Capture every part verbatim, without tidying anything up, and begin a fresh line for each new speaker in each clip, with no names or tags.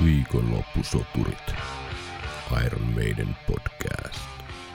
Viikonloppusoturit. Iron Maiden podcast.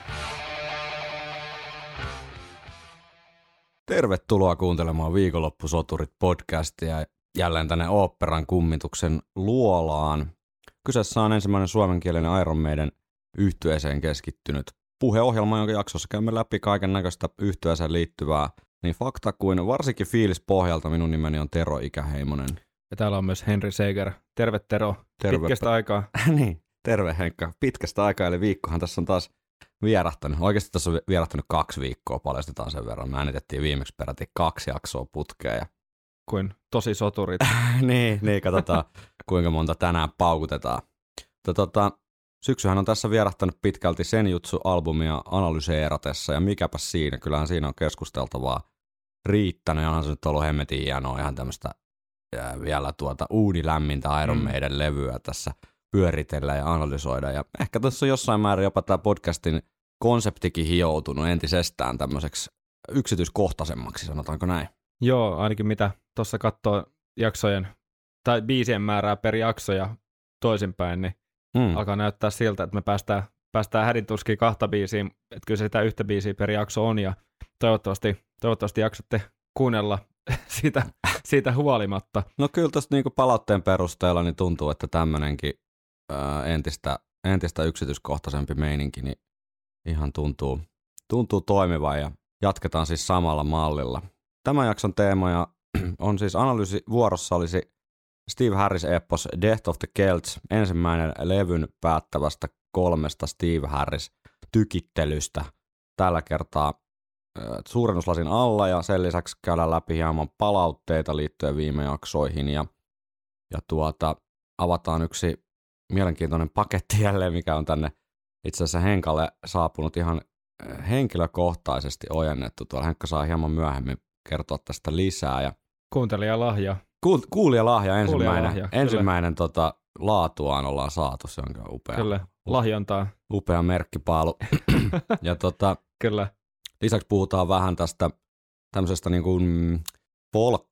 Tervetuloa kuuntelemaan Viikonloppusoturit podcastia jälleen tänne oopperan kummituksen luolaan. Kyseessä on ensimmäinen suomenkielinen Iron Maiden yhtyeeseen keskittynyt puheohjelma, jonka jaksossa käymme läpi kaiken näköistä yhtyeeseen liittyvää niin fakta kuin varsinkin fiilispohjalta. Minun nimeni on Tero Ikäheimonen.
Ja täällä on myös Henri Seeger. Terve Tero,
Terve.
Pitkästä aikaa.
niin, terve Henkka. Pitkästä aikaa, eli viikkohan tässä on taas vierahtanut. Oikeasti tässä on vierahtanut kaksi viikkoa, paljastetaan sen verran. Me äänitettiin viimeksi peräti kaksi jaksoa putkeen. Ja...
Kuin tosi soturit.
niin, niin, katsotaan kuinka monta tänään paukutetaan. Mutta tota, syksyhän on tässä vierahtanut pitkälti Senjutsu-albumia analyseeratessa, ja mikäpä siinä, kyllähän siinä on keskusteltavaa riittänyt, ja onhan se nyt ollut hemmetin hienoa ihan tämmöistä ja vielä tuota uunilämmintä Iron Maiden mm. levyä tässä pyöritellä ja analysoida. Ja ehkä tässä on jossain määrin jopa tämä podcastin konseptikin hioutunut entisestään tämmöiseksi yksityiskohtaisemmaksi, sanotaanko näin?
Joo, ainakin mitä tuossa katsoo jaksojen tai biisien määrää per jakso ja toisinpäin, niin mm. alkaa näyttää siltä, että me päästään, päästään hädintuskiin kahta biisiä, että kyllä se sitä yhtä biisiä per jakso on, ja toivottavasti, toivottavasti jaksatte kuunnella siitä, siitä huolimatta.
No kyllä tuosta niinku palautteen perusteella niin tuntuu, että tämmöinenkin ää, entistä, entistä yksityiskohtaisempi meininki niin ihan tuntuu, tuntuu toimivan, ja jatketaan siis samalla mallilla. Tämän jakson teemoja on siis analyysi vuorossa olisi Steve Harris-epos Death of the Celts, ensimmäinen levyn päättävästä kolmesta Steve Harris-tykittelystä. Tällä kertaa suurennuslasin alla, ja sen lisäksi käydään läpi hieman palautteita liittyen viime jaksoihin, ja, ja tuota, avataan yksi mielenkiintoinen paketti jälleen, mikä on tänne itse asiassa Henkalle saapunut ihan henkilökohtaisesti ojennettu. Tuolla Henkka saa hieman myöhemmin kertoa tästä lisää. Ja
Kuuntelijalahja.
Kuul, kuulijalahja ensimmäinen,
Kuulijalahja,
ensimmäinen tota, laatuaan ollaan saatu, se on upea.
Kyllä, lahjontaa.
Upea merkkipaalu. ja tota,
Kyllä.
Lisäksi puhutaan vähän tästä tämmöisestä niin kuin folk,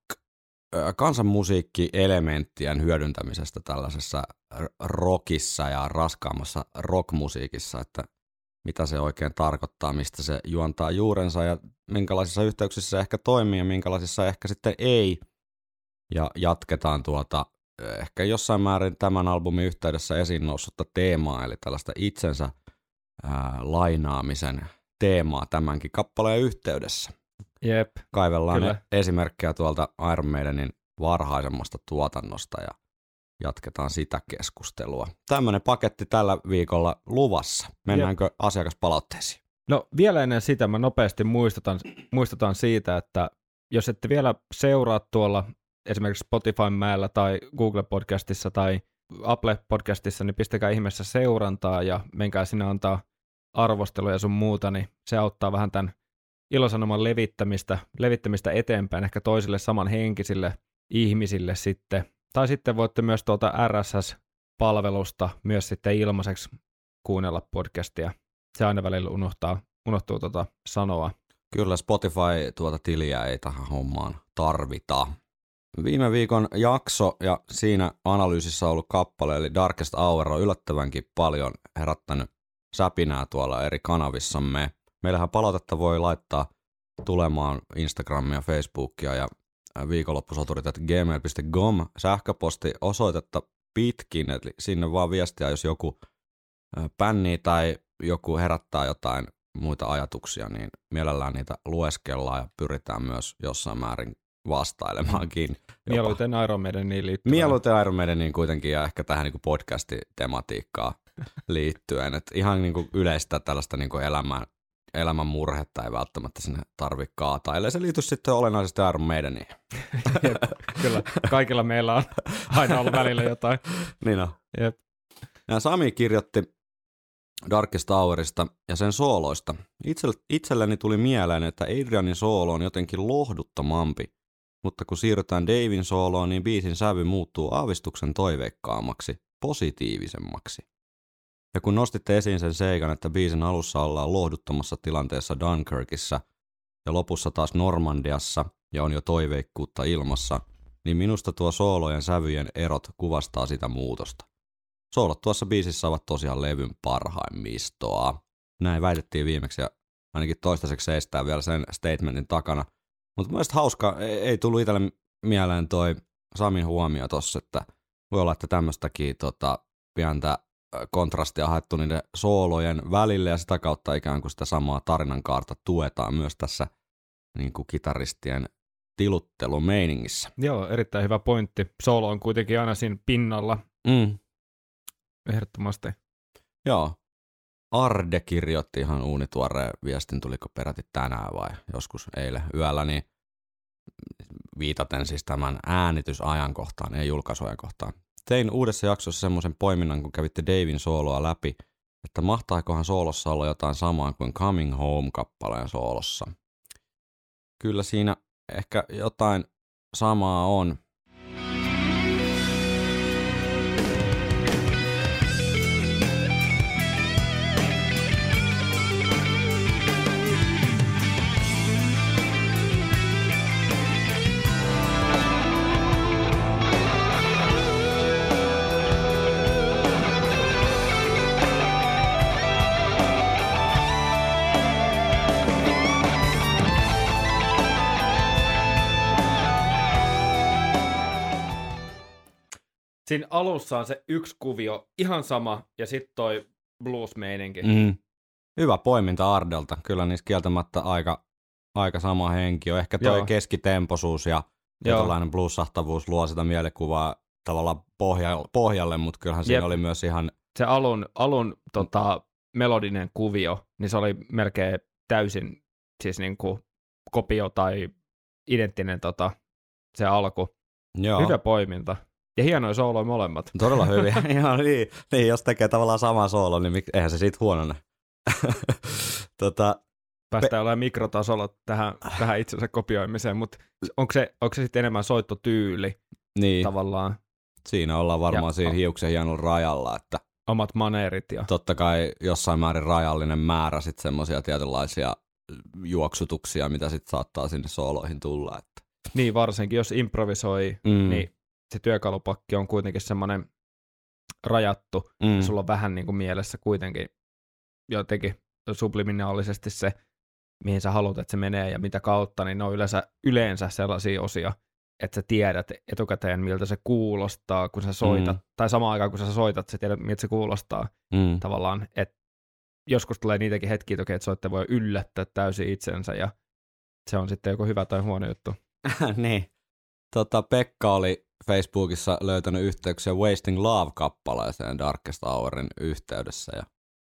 kansanmusiikki-elementtien hyödyntämisestä tällaisessa rockissa ja raskaammassa rockmusiikissa, että mitä se oikein tarkoittaa, mistä se juontaa juurensa ja minkälaisissa yhteyksissä se ehkä toimii ja minkälaisissa ehkä sitten ei. Ja jatketaan tuota ehkä jossain määrin tämän albumin yhteydessä esiin noussutta teemaa, eli tällaista itsensä ää, lainaamisen teemaa tämänkin kappaleen yhteydessä.
Jep,
Kaivellaan
kyllä.
ne esimerkkejä tuolta Iron Maidenin varhaisemmasta tuotannosta ja jatketaan sitä keskustelua. Tämmöinen paketti tällä viikolla luvassa. Mennäänkö Jep. asiakaspalautteisiin?
No vielä ennen sitä mä nopeasti muistutan, muistutan siitä, että jos ette vielä seuraa tuolla esimerkiksi Spotify-mäellä tai Google-podcastissa tai Apple-podcastissa, niin pistäkää ihmeessä seurantaa ja menkää sinne antaa arvosteluja sun muuta, niin se auttaa vähän tämän ilosanoman levittämistä, levittämistä eteenpäin ehkä toisille samanhenkisille ihmisille sitten. Tai sitten voitte myös tuolta R S S-palvelusta myös sitten ilmaiseksi kuunnella podcastia. Se aina välillä unohtaa, unohtuu tuota sanoa.
Kyllä Spotify tuota tiliä ei tähän hommaan tarvita. Viime viikon jakso ja siinä analyysissä ollut kappale, eli Darkest Hour, on yllättävänkin paljon herättänyt säpinää tuolla eri kanavissamme. Meillähän palautetta voi laittaa tulemaan Instagramia, Facebookia ja viikonloppusoturit at gmail piste com sähköposti osoitetta pitkin, eli sinne vaan viestiä, jos joku pännii tai joku herättää jotain muita ajatuksia, niin mielellään niitä lueskellaan ja pyritään myös jossain määrin vastailemaankin.
Mieluiten Iron Maideniin liittyen.
Mieluiten Iron Maideniin kuitenkin ja ehkä tähän niin podcast-tematiikkaan liittyen. Et ihan niin kuin yleistä tällaista niin kuin elämän, elämän murhetta ei välttämättä sinne tarvitse kaataa, ellei se liity sitten olennaisesti Iron Maideniin.
Jep, kyllä, kaikilla meillä on aina ollut välillä jotain.
Niin on.
Jep.
Ja Sami kirjoitti Darkest Hourista ja sen sooloista. Itse, itselleni tuli mieleen, että Adrianin soolo on jotenkin lohduttomampi, mutta kun siirrytään Davin sooloon, niin biisin sävy muuttuu aavistuksen toiveikkaammaksi, positiivisemmaksi. Ja kun nostitte esiin sen seikan, että biisin alussa ollaan lohduttomassa tilanteessa Dunkirkissa ja lopussa taas Normandiassa ja on jo toiveikkuutta ilmassa, niin minusta tuo soolojen sävyjen erot kuvastaa sitä muutosta. soolot tuossa biisissä ovat tosiaan levyn parhaimmistoa. Näin väitettiin viimeksi ja ainakin toistaiseksi seistää vielä sen statementin takana. Mutta mielestäni hauska, ei, ei tullut itselle mieleen toi Samin huomio tossa, että voi olla, että tämmöistäkin tota, pientä kontrastia haettu niiden soolojen välille ja sitä kautta ikään kuin sitä samaa tarinankaarta tuetaan myös tässä niin kuin kitaristien tiluttelumeiningissä.
Joo, erittäin hyvä pointti. Soolo on kuitenkin aina siinä pinnalla.
Mm.
Ehdottomasti.
Joo. Arde kirjoitti ihan uunituoreen viestin, tuliko peräti tänään vai joskus eilen yöllä, niin viitaten siis tämän äänitysajankohtaan, ei julkaisuajankohtaan. Tein uudessa jaksossa semmoisen poiminnan, kun kävitte Davin sooloa läpi, että mahtaikohan soolossa olla jotain samaa kuin Coming Home-kappaleen soolossa. Kyllä siinä ehkä jotain samaa on.
Siinä alussa on se yksi kuvio, ihan sama, ja sitten toi blues-meininki.
Mm. Hyvä poiminta Ardelta. Kyllä niissä kieltämättä aika, aika sama henki on. Ehkä toi Joo. keskitempoisuus ja tällainen blues-sahtavuus luo sitä mielikuvaa tavallaan pohjalle, pohjalle mutta kyllähän siinä Jep. oli myös ihan...
Se alun, alun tota, melodinen kuvio, niin se oli melkein täysin siis niinku kopio tai identtinen tota, se alku. Joo. Hyvä poiminta. Ja hienoja sooloja molemmat.
Todella hyviä. Ihan niin, niin, jos tekee tavallaan sama soolo, niin eihän se siitä huonone. tota,
Päästään pe- olemaan mikrotasolla tähän, tähän itsensä kopioimiseen, mutta onko se, onko se sitten enemmän soittotyyli
niin.
tavallaan?
Siinä ollaan varmaan ja, siinä hiuksen hienolla rajalla. Että
omat maneerit. Ja
totta kai jossain määrin rajallinen määrä sitten semmoisia tietynlaisia juoksutuksia, mitä sitten saattaa sinne sooloihin tulla. Että.
Niin, varsinkin jos improvisoi, mm. niin se työkalupakki on kuitenkin semmoinen rajattu, mm. ja sulla on vähän niin kuin mielessä kuitenkin jotenkin subliminaalisesti se, mihin sä haluat, että se menee ja mitä kautta, niin ne on yleensä, yleensä sellaisia osia, että sä tiedät etukäteen, miltä se kuulostaa, kun sä soitat, mm. tai samaan aikaan, kun sä soitat, sä tiedät, miltä se kuulostaa
mm.
tavallaan, että joskus tulee niitäkin hetkiä toki, että soittaja voi yllättää täysin itsensä, ja se on sitten joko hyvä tai huono juttu.
Niin. Tota, Pekka oli Facebookissa löytänyt yhteyksiä Wasting Love-kappaleeseen Darkest Hourin yhteydessä, ja,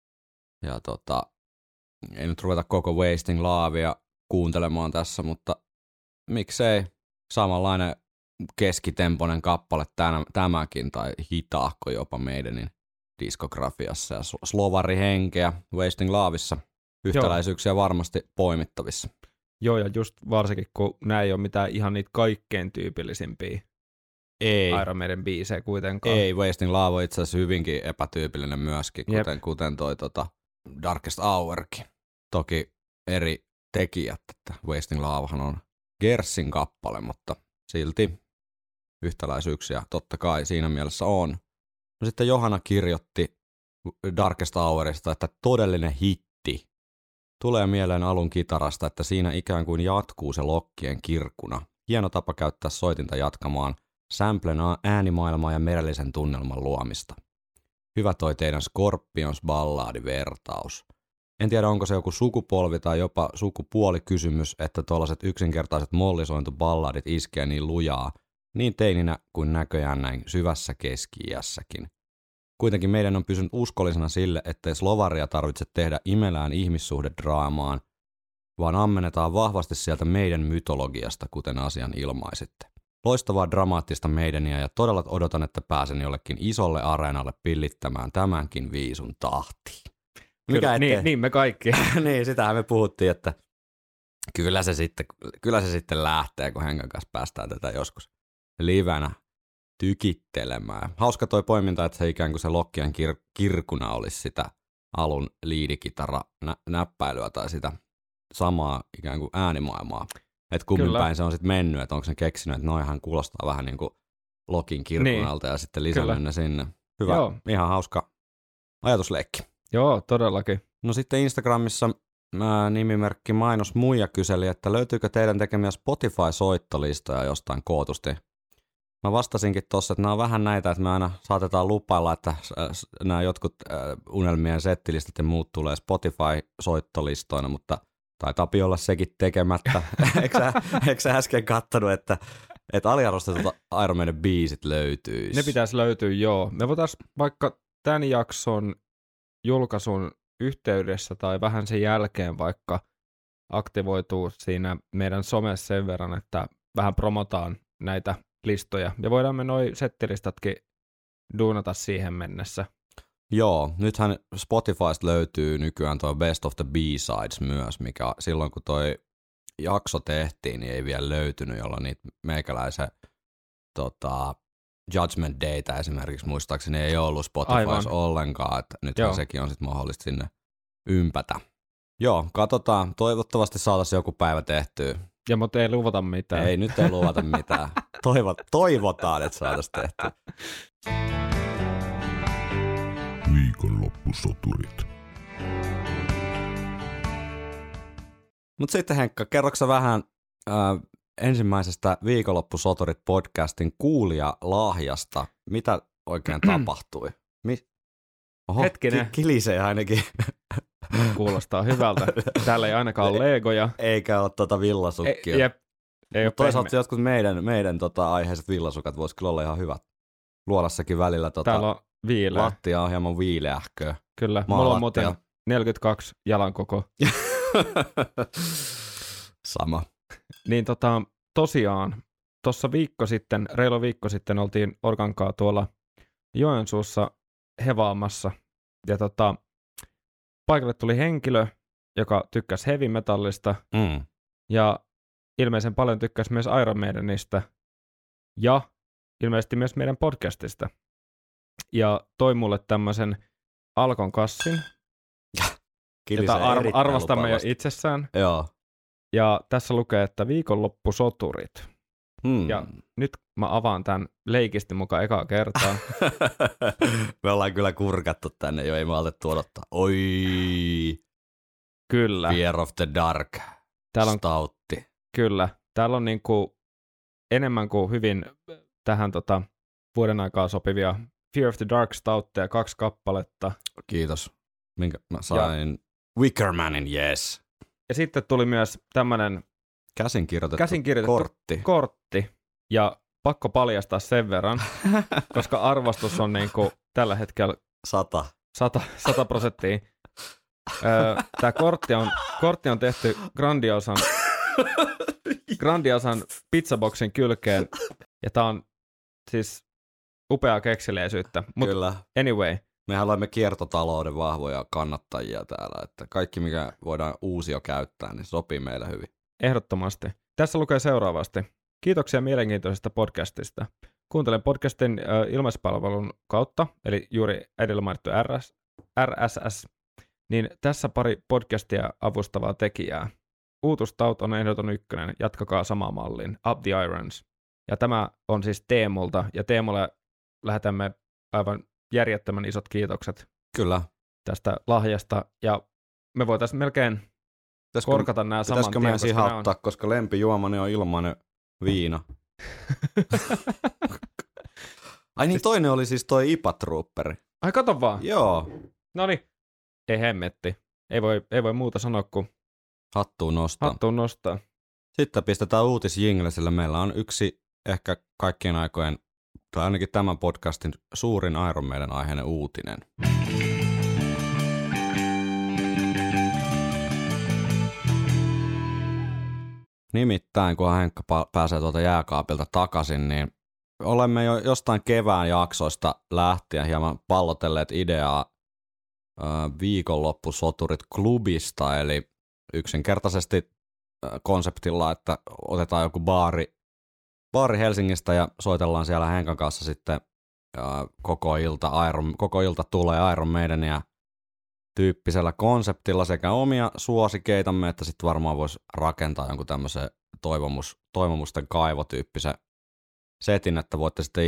ja tota, ei nyt ruveta koko Wasting Lovea kuuntelemaan tässä, mutta miksei samanlainen keskitempoinen kappale tämän, tämäkin, tai hitaahko jopa meidänin diskografiassa, ja slovarihenkeä Wasting Loveissa, yhtäläisyyksiä Joo. varmasti poimittavissa.
Joo, ja just varsinkin, kun nämä ei ole mitään ihan niitä kaikkein tyypillisimpiä
ei.
Iron Maiden biisejä kuitenkaan.
Ei, Wasting Love on itse asiassa hyvinkin epätyypillinen myöskin, kuten, kuten toi tota Darkest Hourkin. Toki eri tekijät, että Wasting Lovehan on Gersin kappale, mutta silti yhtäläisyyksiä totta kai siinä mielessä on. No sitten Johanna kirjoitti Darkest Hourista, että todellinen hitti. Tulee mieleen alun kitarasta, että siinä ikään kuin jatkuu se lokkien kirkkuna. Hieno tapa käyttää soitinta jatkamaan samplen äänimaailmaa ja merellisen tunnelman luomista. Hyvä toi teidän Scorpions-ballaadivertaus. En tiedä, onko se joku sukupolvi tai jopa sukupuolikysymys, että tuollaiset yksinkertaiset mollisointuballadit iskee niin lujaa, niin teininä kuin näköjään näin syvässä keski-iässäkin. Kuitenkin meidän on pysynyt uskollisena sille, ettei slovaria tarvitse tehdä imelään ihmissuhdedraamaan, vaan ammennetaan vahvasti sieltä meidän mytologiasta, kuten asian ilmaisitte. Loistavaa dramaattista meidäniä ja todella odotan, että pääsen jollekin isolle areenalle pillittämään tämänkin viisun tahtiin.
Mikä kyllä, niin, niin me kaikki.
Niin, sitähän me puhuttiin, että kyllä se sitten, kyllä se sitten lähtee, kun Henkan kanssa päästään tätä joskus livenä tykittelemään. Hauska toi poiminta, että se ikään kuin se lokkien kir- kirkuna olisi sitä alun liidikitara nä- näppäilyä tai sitä samaa ikään kuin äänimaailmaa. Että kummin Kyllä. päin se on sitten mennyt, että onko se keksinyt, että noihan kuulostaa vähän niin kuin lokin kirkunalta niin. Ja sitten lisännyt Kyllä. ne sinne. Hyvä,
Joo.
ihan hauska ajatusleikki.
Joo, todellakin.
No sitten Instagramissa ää, nimimerkki Mainos Muija kyseli, että löytyykö teidän tekemiä Spotify-soittolistoja jostain kootusti. Mä vastasinkin tuossa, että nämä on vähän näitä, että me aina saatetaan lupailla, että nämä jotkut äh, unelmien settilistat ja muut tulee Spotify-soittolistoina, mutta taitaa olla sekin tekemättä. eikö, sä, eikö sä äsken kattonut, että, että aliarvostetut Iron Maiden biisit löytyisi?
Ne pitäisi löytyä, joo. Me voitaisiin vaikka tämän jakson julkaisun yhteydessä tai vähän sen jälkeen vaikka aktivoituu siinä meidän somessa sen verran, että vähän promotaan näitä listoja. Ja voidaan me noi settilistatkin duunata siihen mennessä.
Joo, nythän Spotifysta löytyy nykyään tuo Best of the B-Sides myös, mikä silloin kun toi jakso tehtiin, niin ei vielä löytynyt, jolloin niitä meikäläisen tota, Judgment Daytä esimerkiksi muistaakseni ei ollut Spotifyssa ollenkaan, että nythän sekin on sitten mahdollista sinne ympätä. Joo, katsotaan. Toivottavasti saataisiin joku päivä tehtyä.
Ja mutta ei luvata mitään.
Ei, nyt ei luvata mitään. Toivot, toivotaan, että saataisiin tehtyä.
Viikonloppusoturit.
Mutta sitten Henkka, kerroksä vähän äh, ensimmäisestä Viikonloppusoturit-podcastin kuulijalahjasta. Mitä oikein tapahtui? Mi- Oho,
Hetkinen.
Ki- kilisee ainakin.
Kuulostaa hyvältä. Täällä ei ainakaan ole legoja.
Eikä ole tuota villasukkia.
E- jep. Ei
toisaalta pehme. Jotkut meidän, meidän tota, aiheiset villasukat voisi kyllä olla ihan hyvät. Luodassakin välillä tota,
täällä on viileä.
Lattia on hieman viileähköä.
Kyllä, mulla on muuten neljäkymmentäkaksi jalan koko.
Sama.
Niin tota, tosiaan, tuossa viikko sitten, reilu viikko sitten oltiin Orkankaa tuolla Joensuussa hevaamassa. Ja tota, paikalle tuli henkilö, joka tykkäsi heavy metallista.
Mm.
Ja ilmeisen paljon tykkäsi myös Iron Maidenistä. Ja ilmeisesti myös meidän podcastista. Ja toi mulle tämmöisen Alkon kassin, jota ar- arvostamme jo itsessään.
Joo.
Ja tässä lukee, että viikonloppusoturit.
Hmm.
Ja nyt mä avaan tämän leikisti mukaan ekaa kertaa.
Me ollaan kyllä kurkattu tänne jo, ei me alettu odottaa. Oi!
Kyllä.
Fear of the Dark.
Täällä on,
stoutti.
Kyllä. Täällä on niinku enemmän kuin hyvin tähän tota vuoden aikaa sopivia Fear of the Dark stoutteja, kaksi kappaletta.
Kiitos. Minkä mä sain? Ja Wickermanin, yes.
Ja sitten tuli myös tämmönen
käsinkirjoitettu,
käsinkirjoitettu kortti. kortti. Ja pakko paljastaa sen verran, koska arvostus on niinku tällä hetkellä
Sata.
Sata, sata prosenttia. Öö, Tämä kortti on, kortti on tehty grandiosan, grandiosan pizzaboxin kylkeen. Ja tää on siis upeaa kekseliäisyyttä. Mut
Kyllä.
Anyway.
Mehän olemme kiertotalouden vahvoja kannattajia täällä, että kaikki mikä voidaan uusio käyttää, niin sopii meille hyvin.
Ehdottomasti. Tässä lukee seuraavasti. Kiitoksia mielenkiintoisesta podcastista. Kuuntelen podcastin äh, ilmaispalvelun kautta, eli juuri edellä mainittu R S, R S S, niin tässä pari podcastia avustavaa tekijää. Uutustaut on ehdoton ykkönen, jatkakaa samaa mallin, Up the Irons. Ja tämä on siis Teemulta, ja Teemulle lähetämme aivan järjettömän isot kiitokset.
Kyllä.
Tästä lahjasta, ja me voitaisiin melkein pitäisikö, korkata nämä saman tien.
Pitäisikö meidän sihauttaa, on... koska lempijuomani on ilmainen viina. Ai niin, toinen oli siis toi I P A-trupperi.
Ai kato vaan.
Joo.
Noniin, ei hemmetti. Ei voi, ei voi muuta sanoa kuin
hattuun nostaa.
Hattuun nostaa.
Sitten pistetään uutisjingle, sillä meillä on yksi ehkä kaikkien aikojen, tai ainakin tämän podcastin suurin Iron Maiden aiheinen uutinen. Nimittäin, kun Henkka pääsee tuolta jääkaapilta takaisin, niin olemme jo jostain kevään jaksoista lähtien hieman pallotelleet ideaa äh, viikonloppusoturit klubista, eli yksinkertaisesti äh, konseptilla, että otetaan joku baari, baari Helsingistä ja soitellaan siellä Henkan kanssa sitten äh, koko ilta, Iron, koko ilta tulee Iron Maidenia tyyppisellä konseptilla sekä omia suosikeitamme, että sitten varmaan voisi rakentaa jonkun tämmöisen toivomus, toivomusten kaivotyyppisen setin, että voitte sitten itse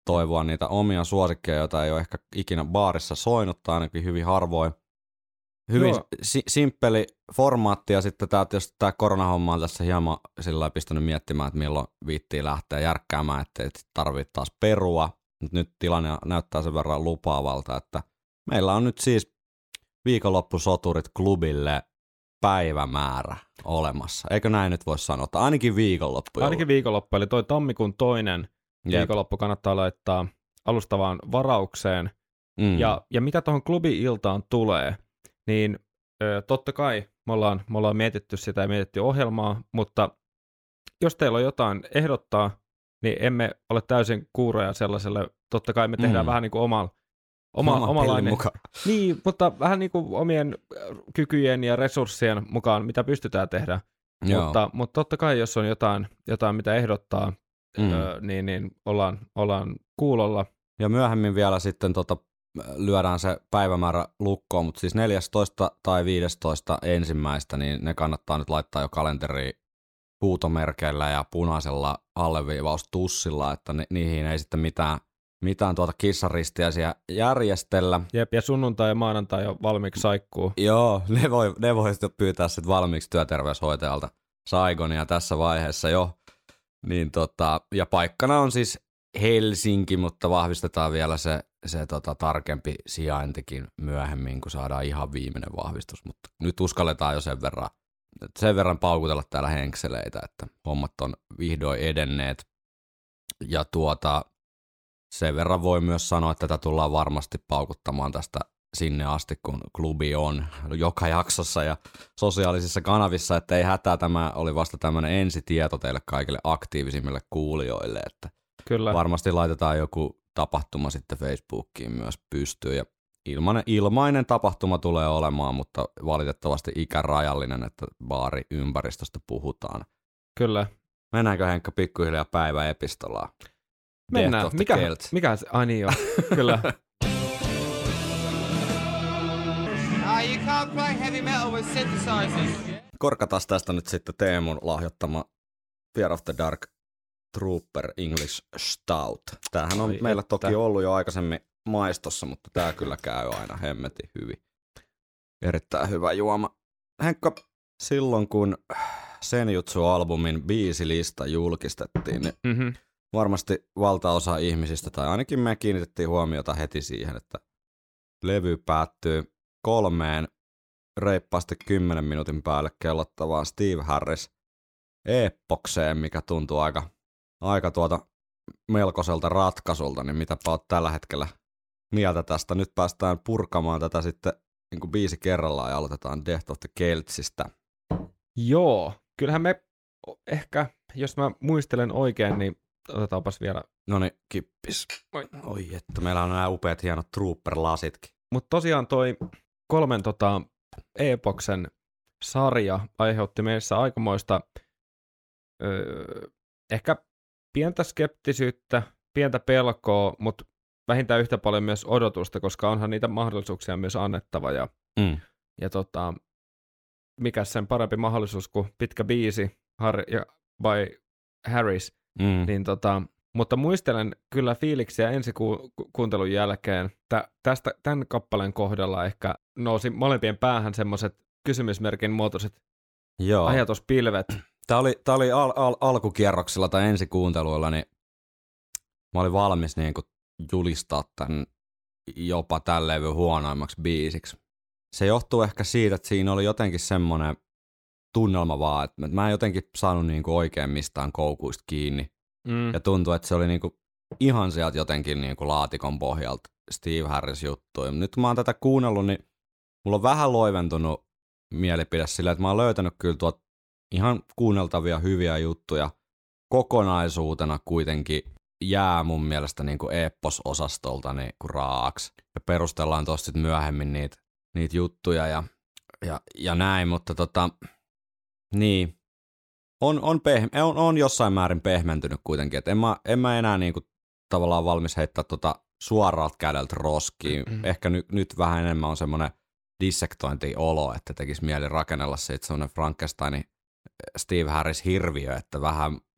toivoa niitä omia suosikkeja, joita ei ole ehkä ikinä baarissa soinut tai ainakin hyvin harvoin. Hyvin si- simppeli formaatti ja sitten tämä, tietysti tämä koronahomma on tässä hieman sillä lailla pistänyt miettimään, että milloin viittiin lähteä järkkäämään, ettei tarvitse taas perua. Mut nyt tilanne näyttää sen verran lupaavalta, että meillä on nyt siis viikonloppusoturit klubille päivämäärä olemassa. Eikö näin nyt voi sanoa? Ainakin viikonloppu.
Ainakin viikonloppu, eli toi tammikuun toinen Jep. viikonloppu kannattaa laittaa alustavaan varaukseen. Mm. Ja, ja mitä tuohon klubi-iltaan tulee, niin ö, totta kai me ollaan, me ollaan mietitty sitä ja mietitty ohjelmaa, mutta jos teillä on jotain ehdottaa, niin emme ole täysin kuuroja sellaiselle. Totta kai me tehdään mm. vähän niin kuin omalla Oma, Oma omanlainen, niin, mutta vähän niin kuin omien kykyjen ja resurssien mukaan, mitä pystytään tehdä. Mutta, mutta totta kai, jos on jotain, jotain mitä ehdottaa, mm. öö, niin, niin ollaan, ollaan kuulolla.
Ja myöhemmin vielä sitten tota, lyödään se päivämäärä lukkoon, mutta siis neljästoista tai viidestoista ensimmäistä, niin ne kannattaa nyt laittaa jo kalenteriin huutomerkeillä ja punaisella alleviivaustussilla, että ni, niihin ei sitten mitään mitään tuota kissaristiäisiä järjestellä.
Jep, ja sunnuntai ja maanantai on valmiiksi saikkuu.
Joo, ne voi, ne voi sitten pyytää sitten valmiiksi työterveyshoitajalta Saigonia tässä vaiheessa jo. Niin tota, ja paikkana on siis Helsinki, mutta vahvistetaan vielä se, se tota tarkempi sijaintikin myöhemmin, kun saadaan ihan viimeinen vahvistus. Mutta nyt uskalletaan jo sen verran, sen verran paukutella täällä henkseleitä, että hommat on vihdoin edenneet. Ja tuota... Sen verran voi myös sanoa, että tätä tullaan varmasti paukuttamaan tästä sinne asti, kun klubi on joka jaksossa ja sosiaalisissa kanavissa, että ei hätää, tämä oli vasta tämmöinen ensitieto teille kaikille aktiivisimmille kuulijoille, että
Kyllä.
varmasti laitetaan joku tapahtuma sitten Facebookiin myös pystyyn ja ilmainen, ilmainen tapahtuma tulee olemaan, mutta valitettavasti ikärajallinen, että baariympäristöstä puhutaan.
Kyllä.
Mennäänkö Henkka pikkuhiljaa päivä epistolaan?
Mennään. Mikä, mikä se? Ai niin joo, kyllä.
Korkataan tästä nyt sitten Teemun lahjoittama Fear of the Dark Trooper English Stout. Tämähän on Ai meillä että. toki ollut jo aikaisemmin maistossa, mutta tämä kyllä käy aina hemmetin hyvin. Erittäin hyvä juoma. Henkka, silloin kun Senjutsu-albumin biisilista julkistettiin, niin mm-hmm. varmasti valtaosa ihmisistä, tai ainakin me kiinnitettiin huomiota heti siihen, että levy päättyy kolmeen reippaasti kymmenen minuutin päälle kellottavaan Steve Harris epokseen, mikä tuntuu aika, aika tuota melkoiselta ratkaisulta, niin mitäpä oot tällä hetkellä mieltä tästä. Nyt päästään purkamaan tätä sitten niin kuin biisi kerrallaan ja aloitetaan Death of the Celtsistä.
Joo, kyllähän me ehkä, jos mä muistelen oikein, niin otetaanpas vielä.
Noniin, kippis. Oi. Oi, että meillä on nämä upeat hienot Trooper-lasitkin.
Mutta tosiaan toi kolmen tota, epoksen sarja aiheutti meissä aikamoista öö, ehkä pientä skeptisyyttä, pientä pelkoa, mutta vähintään yhtä paljon myös odotusta, koska onhan niitä mahdollisuuksia myös annettava. Ja, mm. ja tota, mikä sen parempi mahdollisuus kuin pitkä biisi Harry, ja, by Harris. Mm. Niin tota, mutta muistelen kyllä fiiliksiä ensikuuntelun jälkeen, että tästä, tämän kappaleen kohdalla ehkä nousi molempien päähän semmoiset kysymysmerkin muotoiset Joo. ajatuspilvet.
Tämä oli, tämä oli al, al, alkukierroksella tai ensikuunteluilla, niin mä olin valmis niin kuin julistaa tämän jopa tämän levyn huonoimmaksi biisiksi. Se johtuu ehkä siitä, että siinä oli jotenkin semmoinen tunnelma vaan, että mä en jotenkin saanut niin kuin oikein mistään koukuista kiinni. Mm. Ja tuntui, että se oli niin kuin ihan sieltä jotenkin niin kuin laatikon pohjalta Steve Harris juttu. Ja nyt kun mä oon tätä kuunnellut, niin mulla on vähän loiventunut mielipide sillä, että mä oon löytänyt kyllä tuot ihan kuunneltavia hyviä juttuja. Kokonaisuutena kuitenkin jää mun mielestä niin kuin epos-osastolta niin kuin raaksi. Ja perustellaan tuossa sitten myöhemmin niitä, niitä juttuja ja, ja, ja näin, mutta tota, niin. On, on, pehme, on, on jossain määrin pehmentynyt kuitenkin, että en mä, en mä enää niinku tavallaan valmis heittää tota suoralta kädeltä roskiin. Mm-hmm. Ehkä ny, nyt vähän enemmän on semmoinen dissektointi-olo, että tekisi mieli rakennella siitä semmoinen Frankensteinin Steve Harris-hirviö, että vähän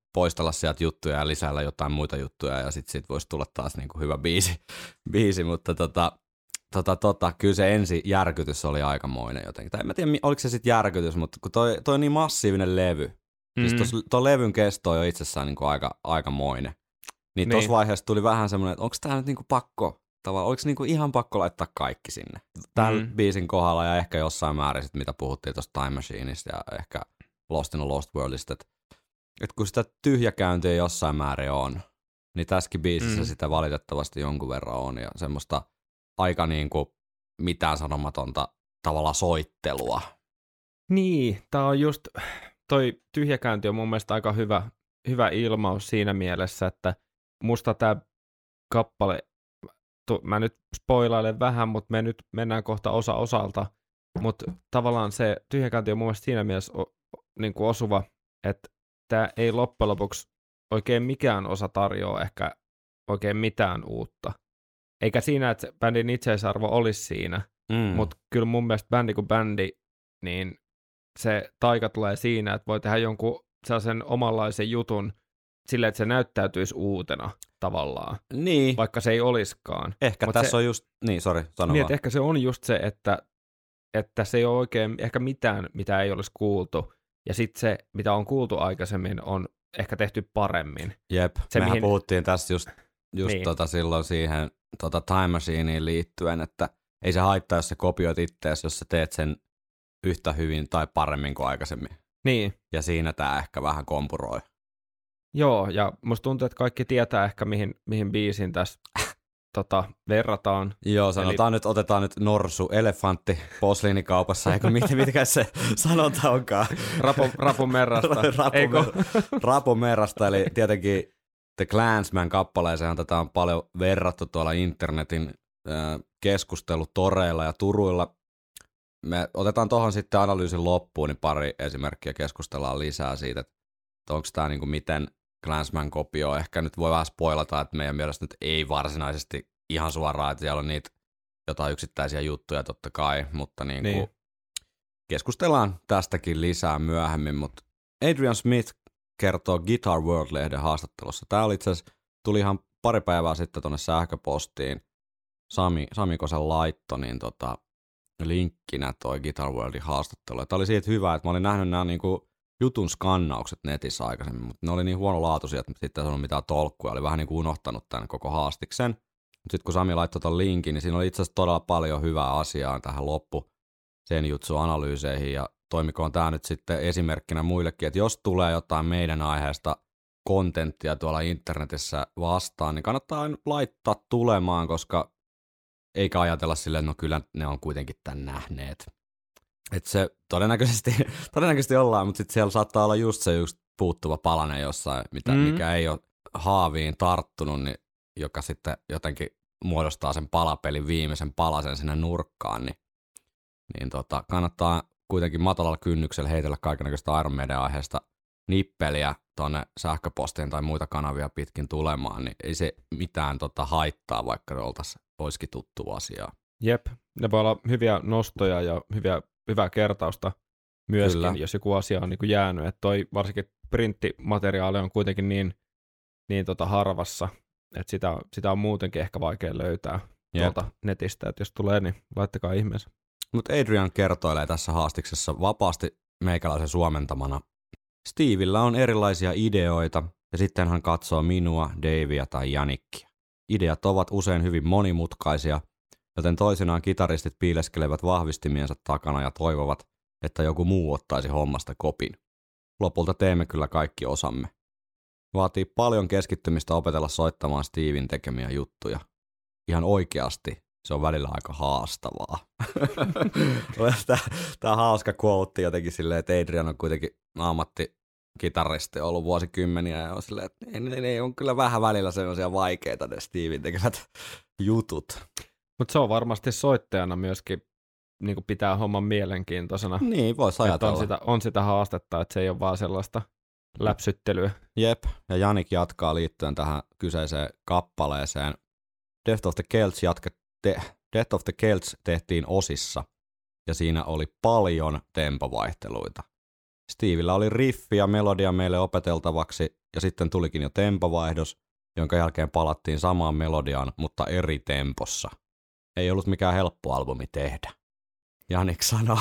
poistella sieltä juttuja ja lisäillä jotain muita juttuja ja sitten siitä voisi tulla taas niinku hyvä biisi, biisi mutta tota, tota, tota, kyllä se ensi järkytys oli aikamoinen jotenkin. Tai en mä tiedä, oliko se sitten järkytys, mutta kun toi, toi on niin massiivinen levy, mm. siis tuon levyn kesto on jo itsessään niinku aika, aikamoinen. Niin, niin. Tuossa vaiheessa tuli vähän semmoinen, että onko tämä nyt niinku pakko, tavallaan, oliko niinku ihan pakko laittaa kaikki sinne. Tämän mm. biisin kohdalla ja ehkä jossain määrin sit, mitä puhuttiin tuosta Time Machineista ja ehkä Lost in a Lost Worldista, että et kun sitä tyhjäkäyntiä jossain määrin on, niin tässäkin biisissä mm. sitä valitettavasti jonkun verran on ja semmoista aika niinku mitään sanomatonta tavallaan soittelua.
Niin, tää on just, toi tyhjäkäynti on mun mielestä aika hyvä, hyvä ilmaus siinä mielessä, että musta tää kappale, tu, mä nyt spoilailen vähän, mutta me nyt mennään kohta osa osalta, mutta tavallaan se tyhjäkäynti on mun mielestä siinä mielessä o, niin kuin osuva, että tää ei loppujen lopuksi oikein mikään osa tarjoa ehkä oikein mitään uutta. Eikä siinä, että bändin itseisarvo olisi siinä, mm. mutta kyllä mun mielestä bändi kuin bändi, niin se taika tulee siinä, että voi tehdä jonkun sellaisen omanlaisen jutun silleen, että se näyttäytyisi uutena tavallaan,
niin.
Vaikka se ei olisikaan.
Ehkä Mut tässä se, on just, niin sori, sano
niin,
vaan.
Ehkä se on just se, että, että se ei ole oikein ehkä mitään, mitä ei olisi kuultu, ja sitten se, mitä on kuultu aikaisemmin, on ehkä tehty paremmin.
Jep,
se,
mehän
mihin...
puhuttiin tässä just, just
niin.
tota silloin siihen tota Time Machineen liittyen, että ei se haittaa, jos sä kopioit ittees, jos sä teet sen yhtä hyvin tai paremmin kuin aikaisemmin.
Niin.
Ja siinä tää ehkä vähän kompuroi.
Joo, ja musta tuntuu, että kaikki tietää ehkä, mihin, mihin biisin tässä tota, verrataan.
Joo, sanotaan Eli... nyt, otetaan nyt norsu, elefantti posliinikaupassa, eikö mit, mitkä se sanonta onkaan?
Rapu, rapumerrasta.
Rapumer, rapumerasta, eli tietenkin The Clansman-kappaleeseen tätä on paljon verrattu tuolla internetin äh, keskustelutoreilla ja turuilla. Me otetaan tuohon sitten analyysin loppuun, niin pari esimerkkiä keskustellaan lisää siitä, että onko tämä niinku miten Clansman kopio. Ehkä nyt voi vähän spoilata, että meidän mielestä nyt ei varsinaisesti ihan suoraan, että siellä on niitä jotain yksittäisiä juttuja totta kai, mutta niinku niin. keskustellaan tästäkin lisää myöhemmin. Mutta Adrian Smith kertoo Guitar World-lehden haastattelussa. Tämä oli itse asiassa, tuli ihan pari päivää sitten tuonne sähköpostiin. Sami, Sami Kosen laitto, niin tota, linkkinä toi Guitar Worldin haastattelu. Tämä oli siitä hyvä, että mä olin nähnyt nämä niinku jutun skannaukset netissä aikaisemmin, mutta ne oli niin huonolaatuisia, että sitten ei sanonut mitään tolkkuja, oli vähän niin kuin unohtanut tämän koko haastiksen. Mutta sitten kun Sami laittoi ton linkin, niin siinä oli itse asiassa todella paljon hyvää asiaa tähän loppu sen jutsun analyyseihin, ja toimikoon tämä nyt sitten esimerkkinä muillekin, että jos tulee jotain meidän aiheesta kontenttia tuolla internetissä vastaan, niin kannattaa laittaa tulemaan, koska eikä ajatella silleen, että no kyllä ne on kuitenkin tämän nähneet. Että se todennäköisesti, todennäköisesti ollaan, mutta sitten siellä saattaa olla just se just puuttuva palanen jossain, mitä, mm. mikä ei ole haaviin tarttunut, niin, joka sitten jotenkin muodostaa sen palapelin viimeisen palasen sinne nurkkaan, niin, niin tota, kannattaa kuitenkin matalalla kynnyksellä heitellä kaikennäköistä Iron Maiden aiheesta nippeliä tuonne sähköpostiin tai muita kanavia pitkin tulemaan, niin ei se mitään tota haittaa, vaikka ne oltaisiin olisikin tuttu asiaa.
Jep, ne voi olla hyviä nostoja ja hyviä, hyvää kertausta myöskin, Kyllä. jos joku asia on niin kuin jäänyt. Että toi varsinkin printtimateriaali on kuitenkin niin, niin tota harvassa, että sitä, sitä on muutenkin ehkä vaikea löytää Jep. tuolta netistä. Että jos tulee, niin laittakaa ihmeessä.
Mutta Adrian kertoilee tässä haastiksessa vapaasti meikäläisen suomentamana. Stevellä on erilaisia ideoita ja sitten hän katsoo minua, Davea tai Janikkia. Ideat ovat usein hyvin monimutkaisia, joten toisinaan kitaristit piileskelevät vahvistimiensa takana ja toivovat, että joku muu ottaisi hommasta kopin. Lopulta teemme kyllä kaikki osamme. Vaatii paljon keskittymistä opetella soittamaan Steven tekemiä juttuja. Ihan oikeasti se on välillä aika haastavaa. Tämä on hauska quote jotenkin silleen, että Adrian on kuitenkin ammattikitaristi ollut vuosikymmeniä ja on silleen, että ne, ne on kyllä vähän välillä sellaisia vaikeita ne Steven tekevät jutut.
Mutta se on varmasti soittajana myöskin niin kuin pitää homman mielenkiintoisena.
Niin, voisi ajatella.
On sitä, on sitä haastetta, että se ei ole vaan sellaista läpsyttelyä.
Jep, ja Janik jatkaa liittyen tähän kyseiseen kappaleeseen. Death of the Celts, jatke, de, Death of the Celts tehtiin osissa, ja siinä oli paljon tempovaihteluita. Stevillä oli riffi ja melodia meille opeteltavaksi, ja sitten tulikin jo tempovaihdos, jonka jälkeen palattiin samaan melodiaan, mutta eri tempossa. Ei ollut mikään helppo albumi tehdä. Janik sanoo.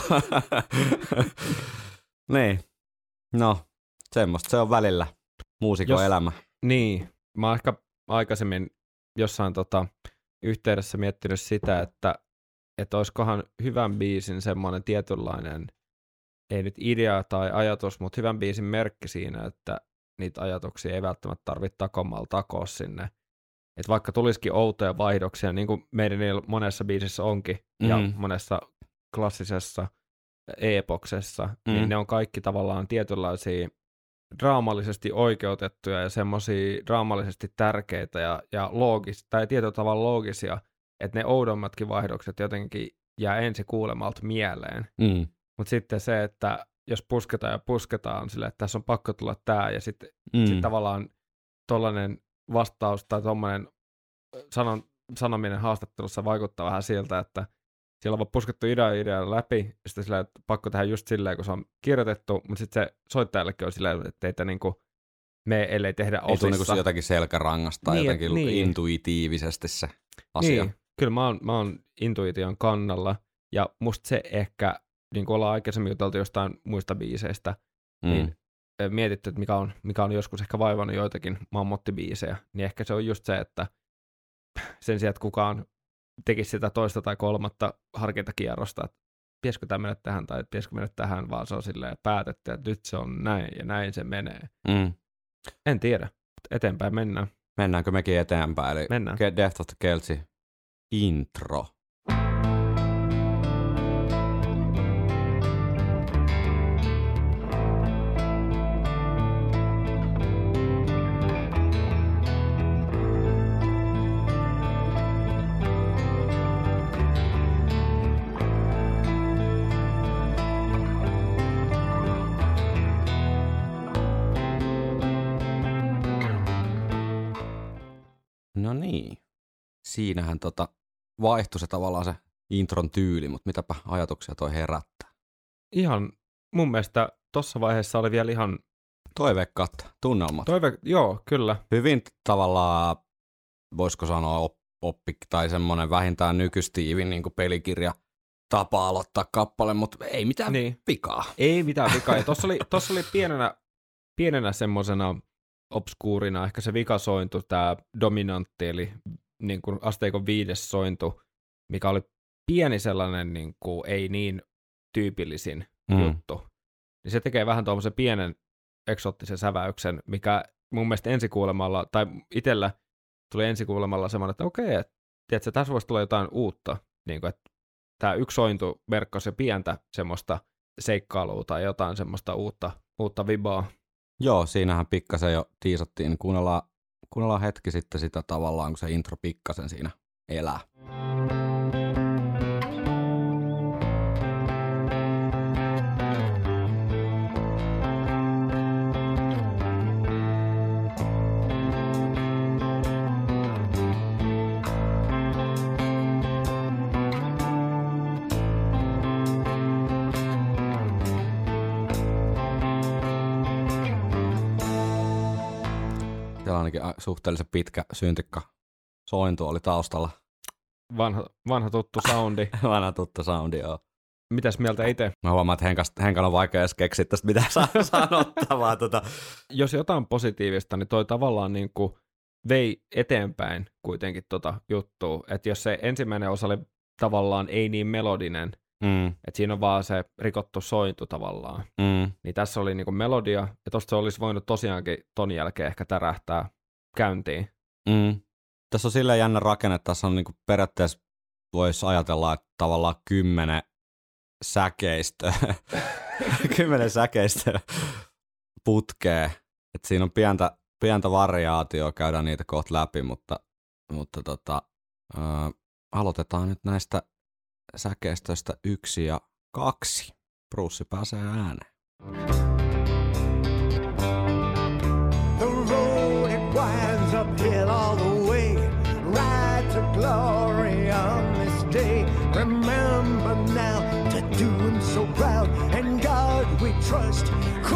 Niin. No, semmoista se on välillä muusikon Jos, elämä.
Niin. Mä oon ehkä aikaisemmin jossain tota, yhteydessä miettinyt sitä, että että olisikohan hyvän biisin semmoinen tietynlainen, ei nyt idea tai ajatus, mutta hyvän biisin merkki siinä, että niitä ajatuksia ei välttämättä tarvitse takomalla takoa sinne. Että vaikka tulisikin outoja vaihdoksia, niin kuin meidän monessa biisissä onkin, mm. ja monessa klassisessa epoksessa, mm. niin ne on kaikki tavallaan tietynlaisia draamallisesti oikeutettuja ja semmoisia draamallisesti tärkeitä ja, ja loogis, tai tietyllä tavalla loogisia, että ne oudommatkin vaihdokset jotenkin jää ensi kuulemalta mieleen. Mm. Mutta sitten se, että jos pusketaan ja pusketaan, on silleen, että tässä on pakko tulla tämä, ja sitten mm. sit tavallaan tollainen vastaus tai tommoinen sanon, sanominen haastattelussa vaikuttaa vähän siltä, että siellä on vaan puskettu idea idea läpi, ja sitten silleen, että pakko tehdä just silleen, kun se on kirjoitettu, mutta sitten se soittajallekin on silleen, että teitä niinku me ellei tehdä osissa. Ei tule niinku jotakin
selkärangasta tai niin, jotenkin niin. intuitiivisesti se asia. Niin,
kyllä mä oon, mä oon intuition kannalla, ja musta se ehkä, niin kuin ollaan aikaisemmin juteltu jostain muista biiseistä, mm. niin mietitty, että mikä on, mikä on joskus ehkä vaivannut joitakin mammottibiisejä, niin ehkä se on just se, että sen sijaan, että kukaan tekisi sitä toista tai kolmatta harkintakierrosta, että pitäisikö tämä mennä tähän tai pitäisikö mennä tähän, vaan se on silleen päätetty, että nyt se on näin ja näin se menee. Mm. En tiedä. Eteenpäin mennään.
Mennäänkö mekin eteenpäin? Eli
mennään.
Death of the Keltsi intro. No niin, siinähän tota vaihtui se tavallaan se intron tyyli, mutta mitäpä ajatuksia toi herättää?
Ihan mun mielestä tossa vaiheessa oli vielä ihan
toiveikkaat tunnelmat.
Toive, joo, kyllä.
Hyvin tavallaan, voisiko sanoa op, oppi tai semmoinen vähintään nykystiivin niin kuin pelikirja tapa aloittaa kappale, mutta ei mitään niin. vikaa.
Ei mitään vikaa. Ja tossa oli, tossa oli pienenä, pienenä semmosena obskuurina ehkä se vikasointu, tämä dominantti, eli niin kuin asteikon viides sointu, mikä oli pieni sellainen, niin kuin, ei niin tyypillisin mm. juttu. Niin se tekee vähän tuommoisen pienen eksoottisen säväyksen, mikä mun mielestä ensikuulemalla, tai itsellä tuli ensikuulemalla semmoinen, että okei, että tiedätkö, tässä voisi tulla jotain uutta, niin kuin, että tämä yksi sointu merkkasi pientä semmoista seikkailua tai jotain semmoista uutta, uutta vibaa.
Joo, siinähän pikkasen jo tiisattiin. Kuunnellaan, kuunnellaan hetki sitten sitä tavallaan, kun se intro pikkasen siinä elää. Ainakin suhteellisen pitkä syntikka sointu oli taustalla.
Vanha, vanha tuttu soundi.
vanha tuttu soundi, joo.
Mitäs mieltä itse?
Mä huomaan, että Henkan on vaikea edes keksiä tästä mitään sanottavaa. tota.
Jos jotain positiivista, niin toi tavallaan niin kuin vei eteenpäin kuitenkin tota juttua. Että jos se ensimmäinen osa oli tavallaan ei niin melodinen, mm. että siinä on vaan se rikottu sointu tavallaan, mm. niin tässä oli niin kuin melodia, ja tosta se olisi voinut tosiaankin ton jälkeen ehkä tärähtää käyntiin.
Mm. Tässä on silleen jännä rakenne, tässä on niin kuin periaatteessa voisi ajatella, että tavallaan kymmenen säkeistöä, kymmenen säkeistöä putkee, että siinä on pientä, pientä variaatioa, käydään niitä kohta läpi, mutta, mutta tota, äh, aloitetaan nyt näistä säkeistöistä yksi ja kaksi. Bruce pääsee ääneen.
The road it winds uphill all the way, ride to glory on this day. Remember now to do him so proud, and God we trust.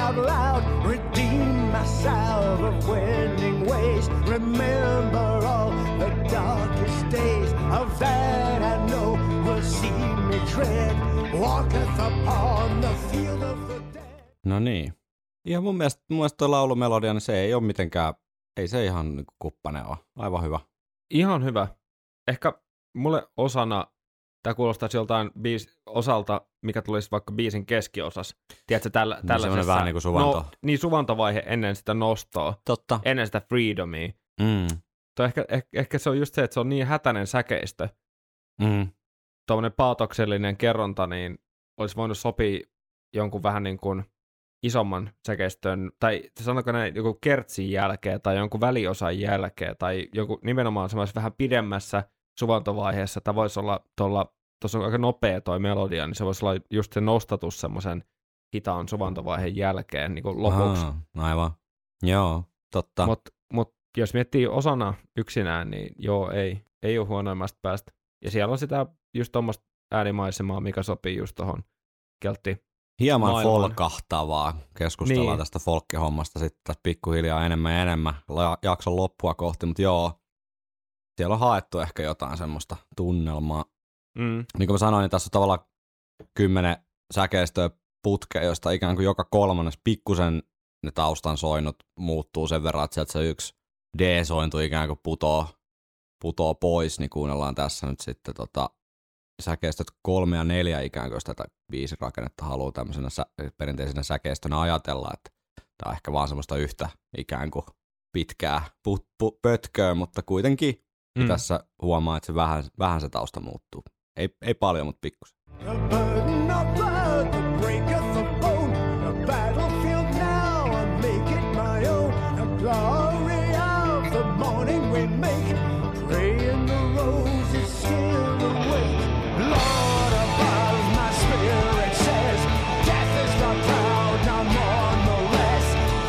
out loud, redeem myself of winning ways. Remember all the darkest days of that I know will see me tread. Walketh upon the field of the dead.
No niin. Ihan mun mielestä, mun mielestä toi laulumelodia, niin se ei ole mitenkään, ei se ihan niin kuppane ole. Aivan hyvä.
Ihan hyvä. Ehkä mulle osana, tämä kuulostaisi joltain biis, osalta, mikä tulisi vaikka biisin keskiosas. Tiedätkö, tällä,
No,
tällaisessa...
vähän niin kuin suvanto.
No, niin, suvantovaihe ennen sitä nostoa.
Totta.
Ennen sitä freedomia.
Mm.
Toi ehkä, ehkä, ehkä se on just se, että se on niin hätäinen säkeistö.
Mm.
Tuommoinen paatoksellinen kerronta, niin olisi voinut sopia jonkun vähän niin kuin isomman säkeistön, tai sanotaanko näin, joku kertsin jälkeen, tai jonkun väliosan jälkeen, tai joku nimenomaan semmoisessa vähän pidemmässä suvantovaiheessa, tämä voisi olla tuolla, tuossa on aika nopea toi melodia, niin se voisi olla just se nostatus semmoisen hitaan suvantovaiheen jälkeen niin kuin lopuksi.
Aa, aivan. Joo, totta.
Mutta mut, jos miettii osana yksinään, niin joo, ei, ei ole huonoimmasta päästä. Ja siellä on sitä just tuommoista äänimaisemaa, mikä sopii just tuohon keltti.
Hieman
maailman.
folkahtavaa. Keskustellaan
Niin.
tästä folkkihommasta sitten tässä pikkuhiljaa enemmän ja enemmän la- jakson loppua kohti, mutta joo, siellä on haettu ehkä jotain semmoista tunnelmaa.
Mm.
Niin kuin mä sanoin, niin tässä on tavallaan kymmenen säkeistöä putkea, josta ikään kuin joka kolmannes pikkusen ne taustan soinnut muuttuu sen verran, että sieltä se yksi D-sointu ikään kuin putoo, putoo pois, niin kuunnellaan tässä nyt sitten tota säkeistöt kolme ja neljä ikään kuin, jos tätä biisirakennetta haluaa tämmöisenä sä, perinteisenä säkeistönä ajatella, että tämä on ehkä vaan semmoista yhtä ikään kuin pitkää put, put, pötköä, mutta kuitenkin mm. tässä huomaa, että se vähän, vähän se tausta muuttuu. Ei, ei paljon, mutta pikkusen.
A burden of blood that breaketh the bone. A battlefield now, I make it my own. The glory of the morning we make. Pray in the roses still awake. Lord above, my spirit says, death is not proud, now more no less.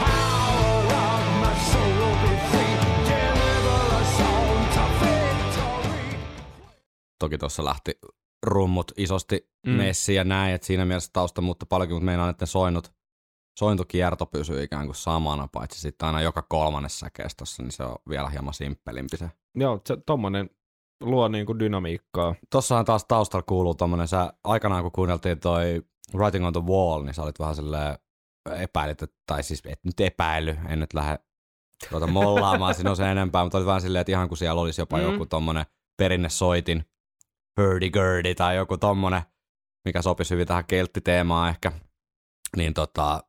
Power of my soul will be free. Deliver us all to victory.
Toki tuossa lähti rummut isosti
Mm.
messiin ja näin, että siinä mielessä tausta muuttui paljonkin, mutta meinaan, että ne soinnut, sointukierto pysyy ikään kuin samana, paitsi sitten aina joka kolmannes säkeistössä, niin se on vielä hieman simppelimpi se.
Joo, se tommonen luo niinku dynamiikkaa.
Tossahan taas taustalla kuuluu tommonen, sä aikanaan kun kuunneltiin toi Writing on the Wall, niin sä olit vähän silleen epäilyt, tai siis et nyt epäily, en nyt lähde tuota mollaamaan sinua sen enempää, mutta olit vähän silleen, että ihan kun siellä olisi jopa
Mm.
joku tommonen perinnesoitin, hurdy-gurdy tai joku tommonen, mikä sopisi hyvin tähän kelttiteemaan ehkä, niin tota,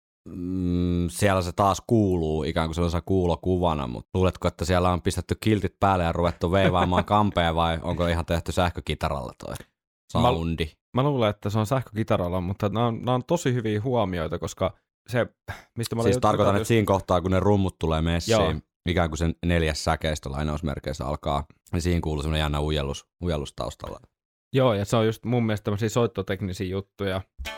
mm, siellä se taas kuuluu ikään kuin sellaisena kuulokuvana, mutta luuletko, että siellä on pistetty kiltit päälle ja ruvettu veivaamaan kampea vai onko ihan tehty sähkökitaralla toi soundi?
Mä luulen, että se on sähkökitaralla, mutta nämä on, nämä on tosi hyviä huomioita, koska se, mistä mä
Siis
olin
tarkoitan,
just-
että siinä kohtaa, kun ne rummut tulee messiin,
Joo.
ikään kuin sen neljäs säkeistö lainausmerkeissä alkaa, niin siihen kuuluu semmoinen jännä ujellus, ujellus taustalla.
Joo, ja se on just mun mielestä tämmöisiä soittoteknisiä juttuja.